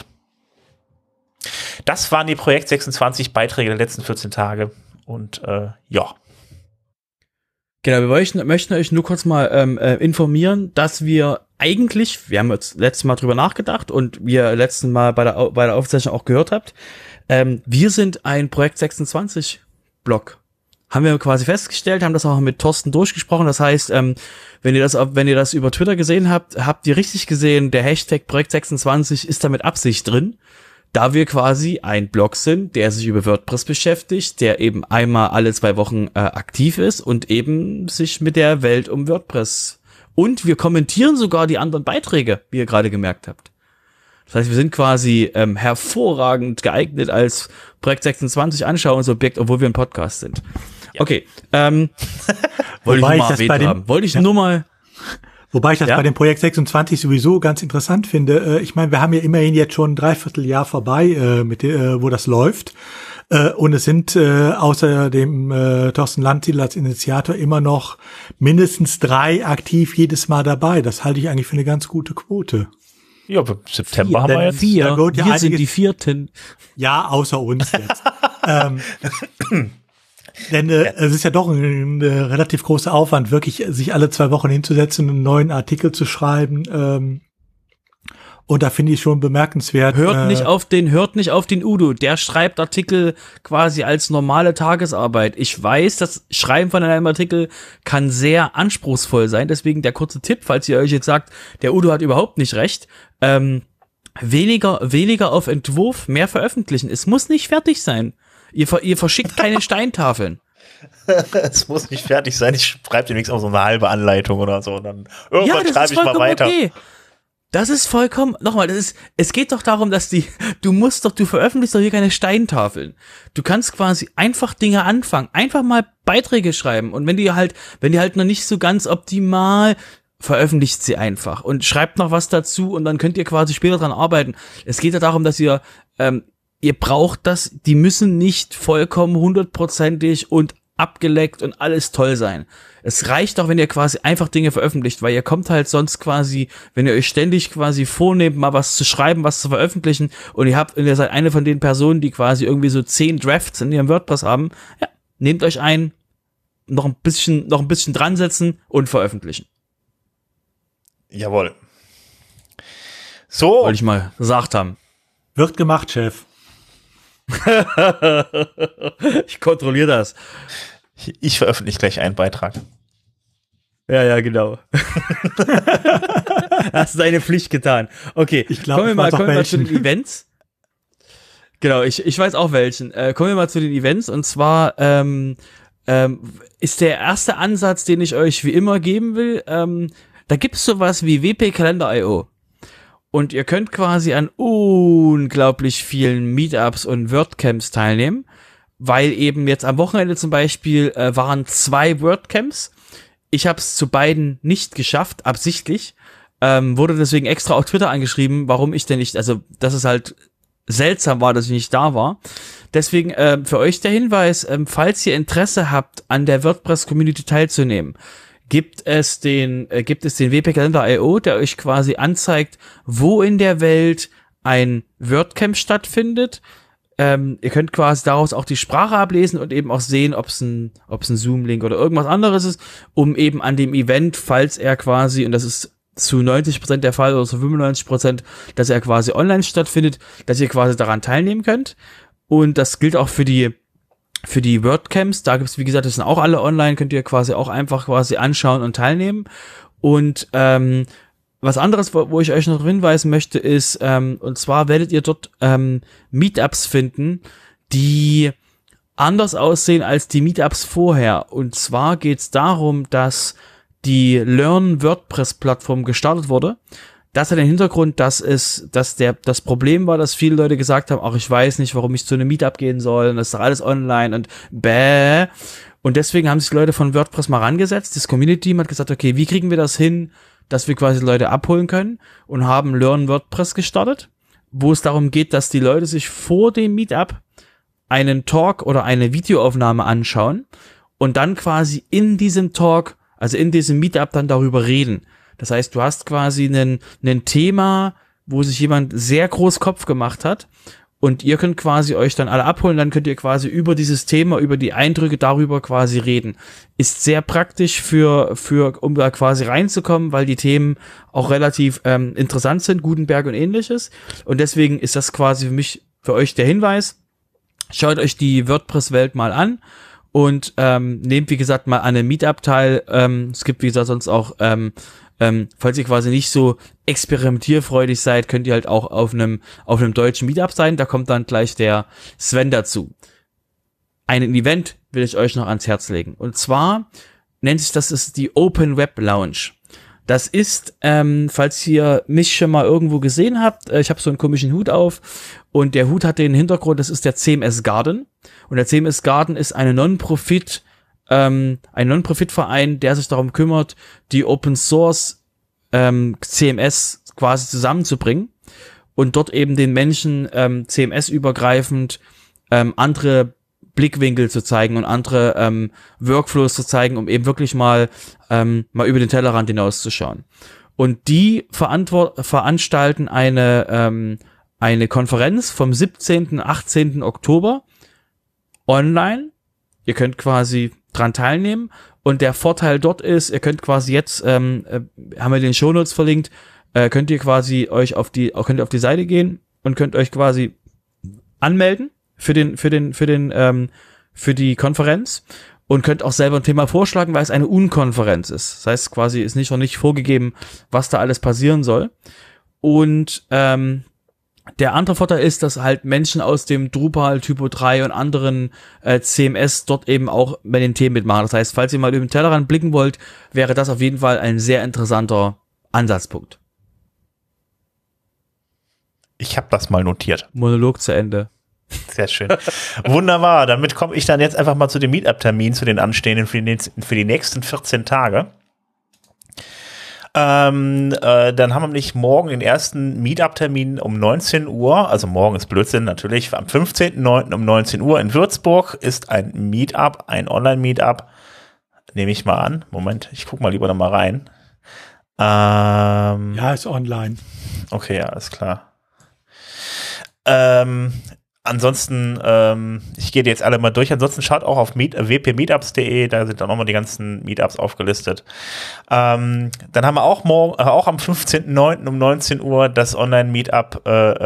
Das waren die Projekt 26 Beiträge der letzten 14 Tage, und ja. Genau, wir möchten euch nur kurz mal informieren, dass wir haben jetzt letztes Mal drüber nachgedacht und wie ihr letzten Mal bei der Aufzeichnung auch gehört habt, wir sind ein Projekt 26 Blog. Haben wir quasi festgestellt, haben das auch mit Thorsten durchgesprochen. Das heißt, wenn ihr das über Twitter gesehen habt, habt ihr richtig gesehen, der Hashtag Projekt 26 ist da mit Absicht drin, da wir quasi ein Blog sind, der sich über WordPress beschäftigt, der eben einmal alle 2 Wochen aktiv ist und eben sich mit der Welt um WordPress. Und wir kommentieren sogar die anderen Beiträge, wie ihr gerade gemerkt habt. Das heißt, wir sind quasi hervorragend geeignet als Projekt 26 Anschauungsobjekt, obwohl wir ein Podcast sind. Ja. Okay, wollte ich nur mal Wobei ich das bei dem Projekt 26 sowieso ganz interessant finde. Ich meine, wir haben ja immerhin jetzt schon ein Dreivierteljahr vorbei, wo das läuft. Und es sind außer dem Thorsten Landsiedel als Initiator immer noch mindestens 3 aktiv jedes Mal dabei. Das halte ich eigentlich für eine ganz gute Quote. Ja, im September haben wir jetzt. Wir sind die 4. Ja, außer uns jetzt. Denn es ist ja doch ein relativ großer Aufwand, wirklich sich alle 2 Wochen hinzusetzen und einen neuen Artikel zu schreiben. Und da finde ich schon bemerkenswert. Hört nicht auf den Udo. Der schreibt Artikel quasi als normale Tagesarbeit. Ich weiß, das Schreiben von einem Artikel kann sehr anspruchsvoll sein. Deswegen der kurze Tipp, falls ihr euch jetzt sagt, der Udo hat überhaupt nicht recht. Weniger auf Entwurf, mehr veröffentlichen. Es muss nicht fertig sein. Ihr verschickt keine Steintafeln. Es muss nicht fertig sein. Ich schreibe demnächst auch so eine halbe Anleitung oder so. Und dann irgendwann schreibe ich mal weiter. Okay. Das ist vollkommen, nochmal, es geht doch darum, dass du veröffentlichst doch hier keine Steintafeln. Du kannst quasi einfach Dinge anfangen, einfach mal Beiträge schreiben und wenn die halt noch nicht so ganz optimal, veröffentlicht sie einfach und schreibt noch was dazu und dann könnt ihr quasi später dran arbeiten. Es geht ja darum, dass ihr braucht das, die müssen nicht vollkommen 100%ig und abgeleckt und alles toll sein. Es reicht auch, wenn ihr quasi einfach Dinge veröffentlicht, weil ihr kommt halt sonst quasi, wenn ihr euch ständig quasi vornehmt, mal was zu schreiben, was zu veröffentlichen und ihr seid eine von den Personen, die quasi irgendwie so 10 Drafts in ihrem WordPress haben, ja, nehmt euch noch ein bisschen dran setzen und veröffentlichen. Jawohl. So. Wollte ich mal gesagt haben. Wird gemacht, Chef. Ich kontrolliere das. Ich veröffentliche gleich einen Beitrag. Ja, genau. Hast du deine Pflicht getan. Okay, ich glaube, kommen wir mal zu den Events. Genau, ich weiß auch welchen. Kommen wir mal zu den Events und zwar ist der erste Ansatz, den ich euch wie immer geben will, da gibt es sowas wie wp-Kalender.io. Und ihr könnt quasi an unglaublich vielen Meetups und WordCamps teilnehmen, weil eben jetzt am Wochenende zum Beispiel waren 2 WordCamps. Ich habe es zu beiden nicht geschafft, absichtlich. Wurde deswegen extra auf Twitter angeschrieben, warum ich denn nicht, also dass es halt seltsam war, dass ich nicht da war. Deswegen für euch der Hinweis, falls ihr Interesse habt, an der WordPress-Community teilzunehmen, gibt es den wp-Kalender.io, der euch quasi anzeigt, wo in der Welt ein WordCamp stattfindet. Ihr könnt quasi daraus auch die Sprache ablesen und eben auch sehen, ob es ein Zoom-Link oder irgendwas anderes ist, um eben an dem Event, falls er quasi, und das ist zu 90% der Fall oder zu 95%, dass er quasi online stattfindet, dass ihr quasi daran teilnehmen könnt. Und das gilt auch für die WordCamps, da gibt's, wie gesagt, das sind auch alle online, könnt ihr quasi auch einfach quasi anschauen und teilnehmen. Und was anderes, wo ich euch noch hinweisen möchte, ist, und zwar werdet ihr dort Meetups finden, die anders aussehen als die Meetups vorher. Und zwar geht's darum, dass die Learn WordPress-Plattform gestartet wurde. Das hat den Hintergrund, dass das Problem war, dass viele Leute gesagt haben, ach, ich weiß nicht, warum ich zu einem Meetup gehen soll, und das ist doch alles online und bäh. Und deswegen haben sich Leute von WordPress mal rangesetzt. Das Community-Team hat gesagt, okay, wie kriegen wir das hin, dass wir quasi Leute abholen können, und haben Learn WordPress gestartet, wo es darum geht, dass die Leute sich vor dem Meetup einen Talk oder eine Videoaufnahme anschauen und dann quasi in diesem Talk, also in diesem Meetup, dann darüber reden. Das heißt, du hast quasi ein Thema, wo sich jemand sehr groß Kopf gemacht hat, und ihr könnt quasi euch dann alle abholen, dann könnt ihr quasi über dieses Thema, über die Eindrücke darüber quasi reden. Ist sehr praktisch um da quasi reinzukommen, weil die Themen auch relativ interessant sind, Gutenberg und ähnliches. Und deswegen ist das quasi für euch der Hinweis. Schaut euch die WordPress-Welt mal an und nehmt, wie gesagt, mal an einem Meetup teil. Es gibt, wie gesagt, sonst auch falls ihr quasi nicht so experimentierfreudig seid, könnt ihr halt auch auf einem deutschen Meetup sein. Da kommt dann gleich der Sven dazu. Ein Event will ich euch noch ans Herz legen. Und zwar nennt sich das die Open Web Lounge. Das ist, falls ihr mich schon mal irgendwo gesehen habt, ich habe so einen komischen Hut auf, und der Hut hat den Hintergrund, das ist der CMS Garden. Und der CMS Garden ist ein Non-Profit-Verein, der sich darum kümmert, die Open Source CMS quasi zusammenzubringen und dort eben den Menschen CMS-übergreifend andere Blickwinkel zu zeigen und andere Workflows zu zeigen, um eben wirklich mal über den Tellerrand hinauszuschauen. Und die veranstalten eine Konferenz vom 17. 18. Oktober online. Ihr könnt quasi dran teilnehmen, und der Vorteil dort ist, ihr könnt quasi jetzt, haben wir den Shownotes verlinkt, könnt ihr quasi könnt ihr auf die Seite gehen und könnt euch quasi anmelden für die Konferenz und könnt auch selber ein Thema vorschlagen, weil es eine Unkonferenz ist. Das heißt, quasi ist noch nicht vorgegeben, was da alles passieren soll. Und Der andere Vorteil ist, dass halt Menschen aus dem Drupal, Typo 3 und anderen CMS dort eben auch bei den Themen mitmachen. Das heißt, falls ihr mal über den Tellerrand blicken wollt, wäre das auf jeden Fall ein sehr interessanter Ansatzpunkt. Ich habe das mal notiert. Monolog zu Ende. Sehr schön. Wunderbar. Damit komme ich dann jetzt einfach mal zu den Meetup-Terminen, zu den anstehenden für die nächsten 14 Tage. Dann haben wir nämlich morgen den ersten Meetup-Termin um 19 Uhr. Also morgen ist Blödsinn natürlich. Am 15.09. um 19 Uhr in Würzburg ist ein Meetup, ein Online-Meetup. Nehme ich mal an. Moment, ich gucke mal lieber noch mal rein. Ja, ist online. Okay, ja, alles klar. Ansonsten, ich gehe die jetzt alle mal durch. Ansonsten schaut auch auf wpmeetups.de, da sind dann nochmal die ganzen Meetups aufgelistet. Dann haben wir auch morgen, auch am 15.09. um 19 Uhr das Online-Meetup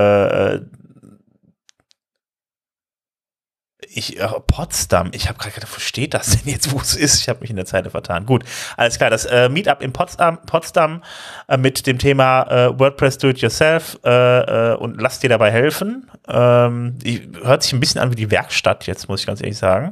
Potsdam. Ich habe gerade gedacht, wo steht das denn jetzt, wo es ist? Ich habe mich in der Zeit vertan. Gut, alles klar. Das Meetup in Potsdam mit dem Thema WordPress Do-It-Yourself und lass dir dabei helfen. Hört sich ein bisschen an wie die Werkstatt jetzt, muss ich ganz ehrlich sagen.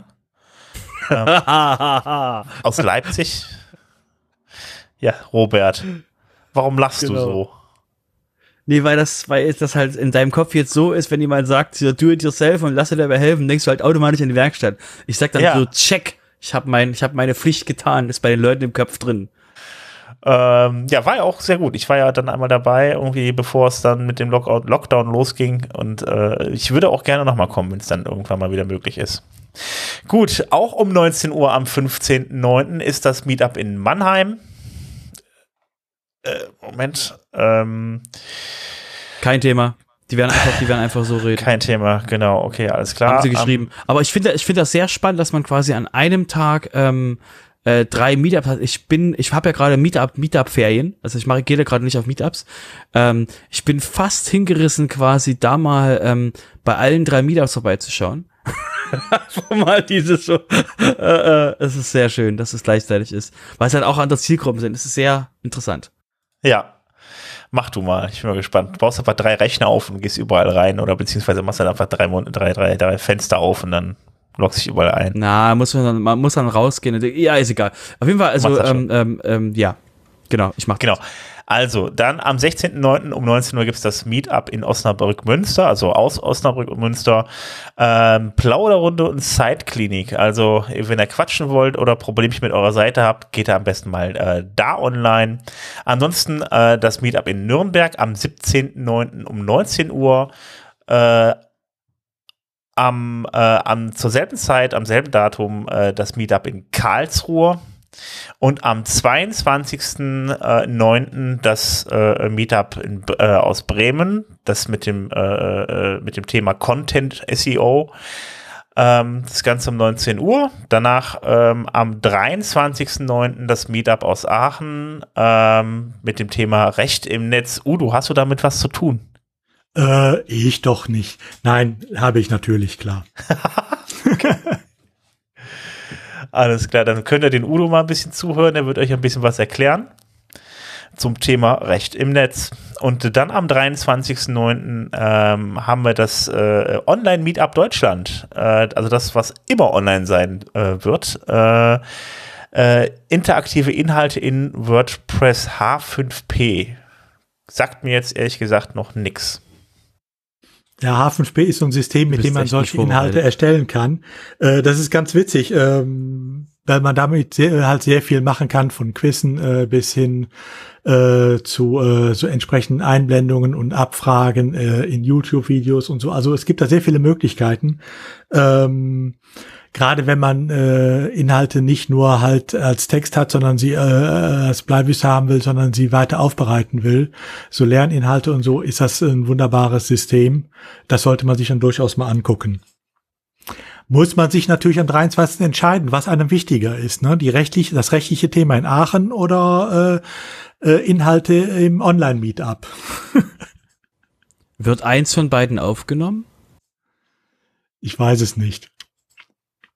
Aus Leipzig. Ja, Robert, warum lachst du so? Nee, weil das halt in deinem Kopf jetzt so ist, wenn jemand sagt, do it yourself und lass dir dabei helfen, denkst du halt automatisch an die Werkstatt. Ich sag dann so, check, ich hab meine Pflicht getan, ist bei den Leuten im Kopf drin. Ja, war ja auch sehr gut. Ich war ja dann einmal dabei, irgendwie bevor es dann mit dem Lockdown losging und ich würde auch gerne nochmal kommen, wenn es dann irgendwann mal wieder möglich ist. Gut, auch um 19 Uhr am 15.09. ist das Meetup in Mannheim. Moment. Kein Thema. Die werden einfach so reden. Kein Thema, genau. Okay, alles klar. Haben sie geschrieben. Aber ich finde das sehr spannend, dass man quasi an einem Tag 3 Meetups hat. Ich habe ja gerade Meetup-Ferien. Also ich gehe da gerade nicht auf Meetups. Ich bin fast hingerissen, quasi da mal bei allen 3 Meetups vorbeizuschauen. Einfach mal dieses so. Es ist sehr schön, dass es gleichzeitig ist. Weil es halt auch andere Zielgruppen sind. Es ist sehr interessant. Ja, mach du mal. Ich bin mal gespannt. Du baust einfach 3 Rechner auf und gehst überall rein oder beziehungsweise machst dann einfach 3 Fenster auf und dann loggst dich überall ein. Na, man muss dann rausgehen. Ja, ist egal. Auf jeden Fall, also, ja, genau, ich mach das. Genau. Also, dann am 16.09. um 19 Uhr gibt es das Meetup in Osnabrück-Münster, also aus Osnabrück und Münster. Plauderrunde und Site-Klinik. Also, wenn ihr quatschen wollt oder Problemchen mit eurer Seite habt, geht da am besten mal da online. Ansonsten das Meetup in Nürnberg am 17.09. um 19 Uhr. Zur selben Zeit, am selben Datum, das Meetup in Karlsruhe. Und am 22.09. das Meetup aus Bremen, das mit dem Thema Content SEO. Das Ganze um 19 Uhr. Danach am 23.09. das Meetup aus Aachen mit dem Thema Recht im Netz. Udo, hast du damit was zu tun? Ich doch nicht. Nein, habe ich natürlich, klar. Alles klar, dann könnt ihr den Udo mal ein bisschen zuhören, er wird euch ein bisschen was erklären zum Thema Recht im Netz. Und dann am 23.09. Haben wir das Online-Meetup Deutschland, also das, was immer online sein wird. Interaktive Inhalte in WordPress H5P. Sagt mir jetzt ehrlich gesagt noch nix. Ja, H5P ist so ein System, mit dem man solche Inhalte erstellen kann. Das ist ganz witzig, weil man damit sehr viel machen kann, von Quizzen bis hin zu so entsprechenden Einblendungen und Abfragen in YouTube-Videos und so. Also es gibt da sehr viele Möglichkeiten. Gerade wenn man Inhalte nicht nur halt als Text hat, sondern sie als Bleiwüste haben will, sondern sie weiter aufbereiten will, so Lerninhalte und so, ist das ein wunderbares System. Das sollte man sich dann durchaus mal angucken. Muss man sich natürlich am 23. entscheiden, was einem wichtiger ist, ne? Das rechtliche Thema in Aachen oder Inhalte im Online-Meetup. Wird eins von beiden aufgenommen? Ich weiß es nicht.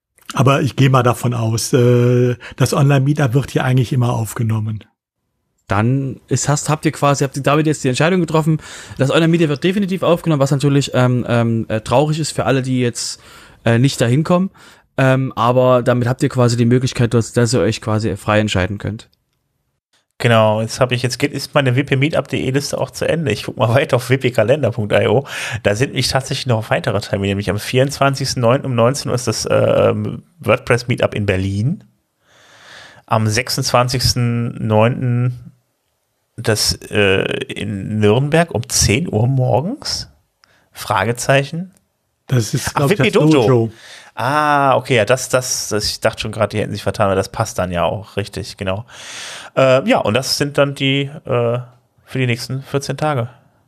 Aber ich gehe mal davon aus, das Online-Meetup wird hier eigentlich immer aufgenommen. dann habt ihr damit jetzt die Entscheidung getroffen, das Euler-Media wird definitiv aufgenommen, was natürlich traurig ist für alle, die jetzt nicht dahin kommen. Aber damit habt ihr quasi die Möglichkeit, dass ihr euch quasi frei entscheiden könnt. Genau, ist meine wp-meetup.de-Liste auch zu Ende. Ich gucke mal weiter auf wpkalender.io. Da sind nämlich tatsächlich noch weitere Termine. Nämlich am 24.09. um 19 Uhr ist das WordPress-Meetup in Berlin. Am 26.09. das in Nürnberg um 10 Uhr morgens? Fragezeichen. Das ist, glaube ich, das Dojo. Ah, okay, ja, das, ich dachte schon gerade, die hätten sich vertan, aber das passt dann ja auch, richtig, genau. Ja, und das sind dann die für die nächsten 14 Tage.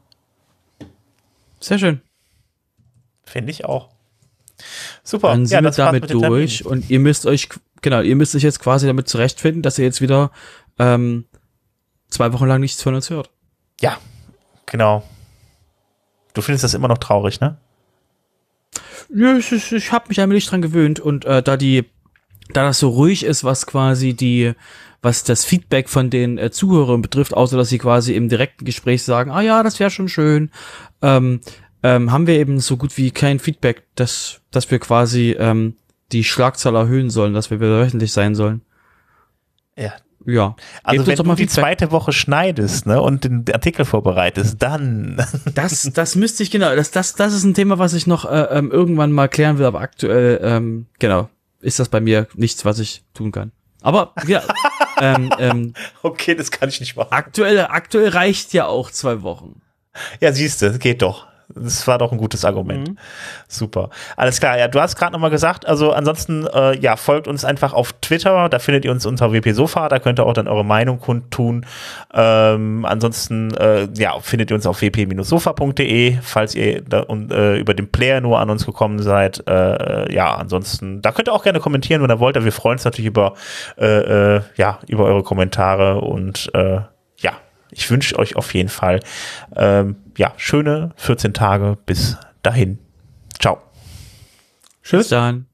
Sehr schön. Finde ich auch. Super. Dann sind wir damit durch und ihr müsst euch jetzt quasi damit zurechtfinden, dass ihr jetzt wieder 2 Wochen lang nichts von uns hört. Ja, genau. Du findest das immer noch traurig, ne? Ja, ich habe mich eigentlich dran gewöhnt und da das so ruhig ist, was das Feedback von den Zuhörern betrifft, außer dass sie quasi im direkten Gespräch sagen, ah ja, das wäre schon schön, haben wir eben so gut wie kein Feedback, dass wir quasi die Schlagzahl erhöhen sollen, dass wir wieder wöchentlich sein sollen. Ja. Ja. Also wenn du die zweite Woche schneidest, ne, und den Artikel vorbereitest, dann. Das müsste ich, genau, das ist ein Thema, was ich noch irgendwann mal klären will, aber aktuell, genau, ist das bei mir nichts, was ich tun kann. Aber, ja, okay, das kann ich nicht machen. Aktuell reicht ja auch 2 Wochen. Ja, siehst du, geht doch. Das war doch ein gutes Argument. Mhm. Super. Alles klar, ja, du hast gerade nochmal gesagt, also ansonsten, ja, folgt uns einfach auf Twitter, da findet ihr uns unter WP-Sofa, da könnt ihr auch dann eure Meinung kundtun. Ansonsten, ja, findet ihr uns auf wp-sofa.de, falls ihr über den Player nur an uns gekommen seid. Ja, ansonsten, da könnt ihr auch gerne kommentieren, wenn ihr wollt, wir freuen uns natürlich über eure Kommentare und ja, ich wünsche euch auf jeden Fall ja, schöne 14 Tage bis dahin. Ciao. Tschüss. Bis dann.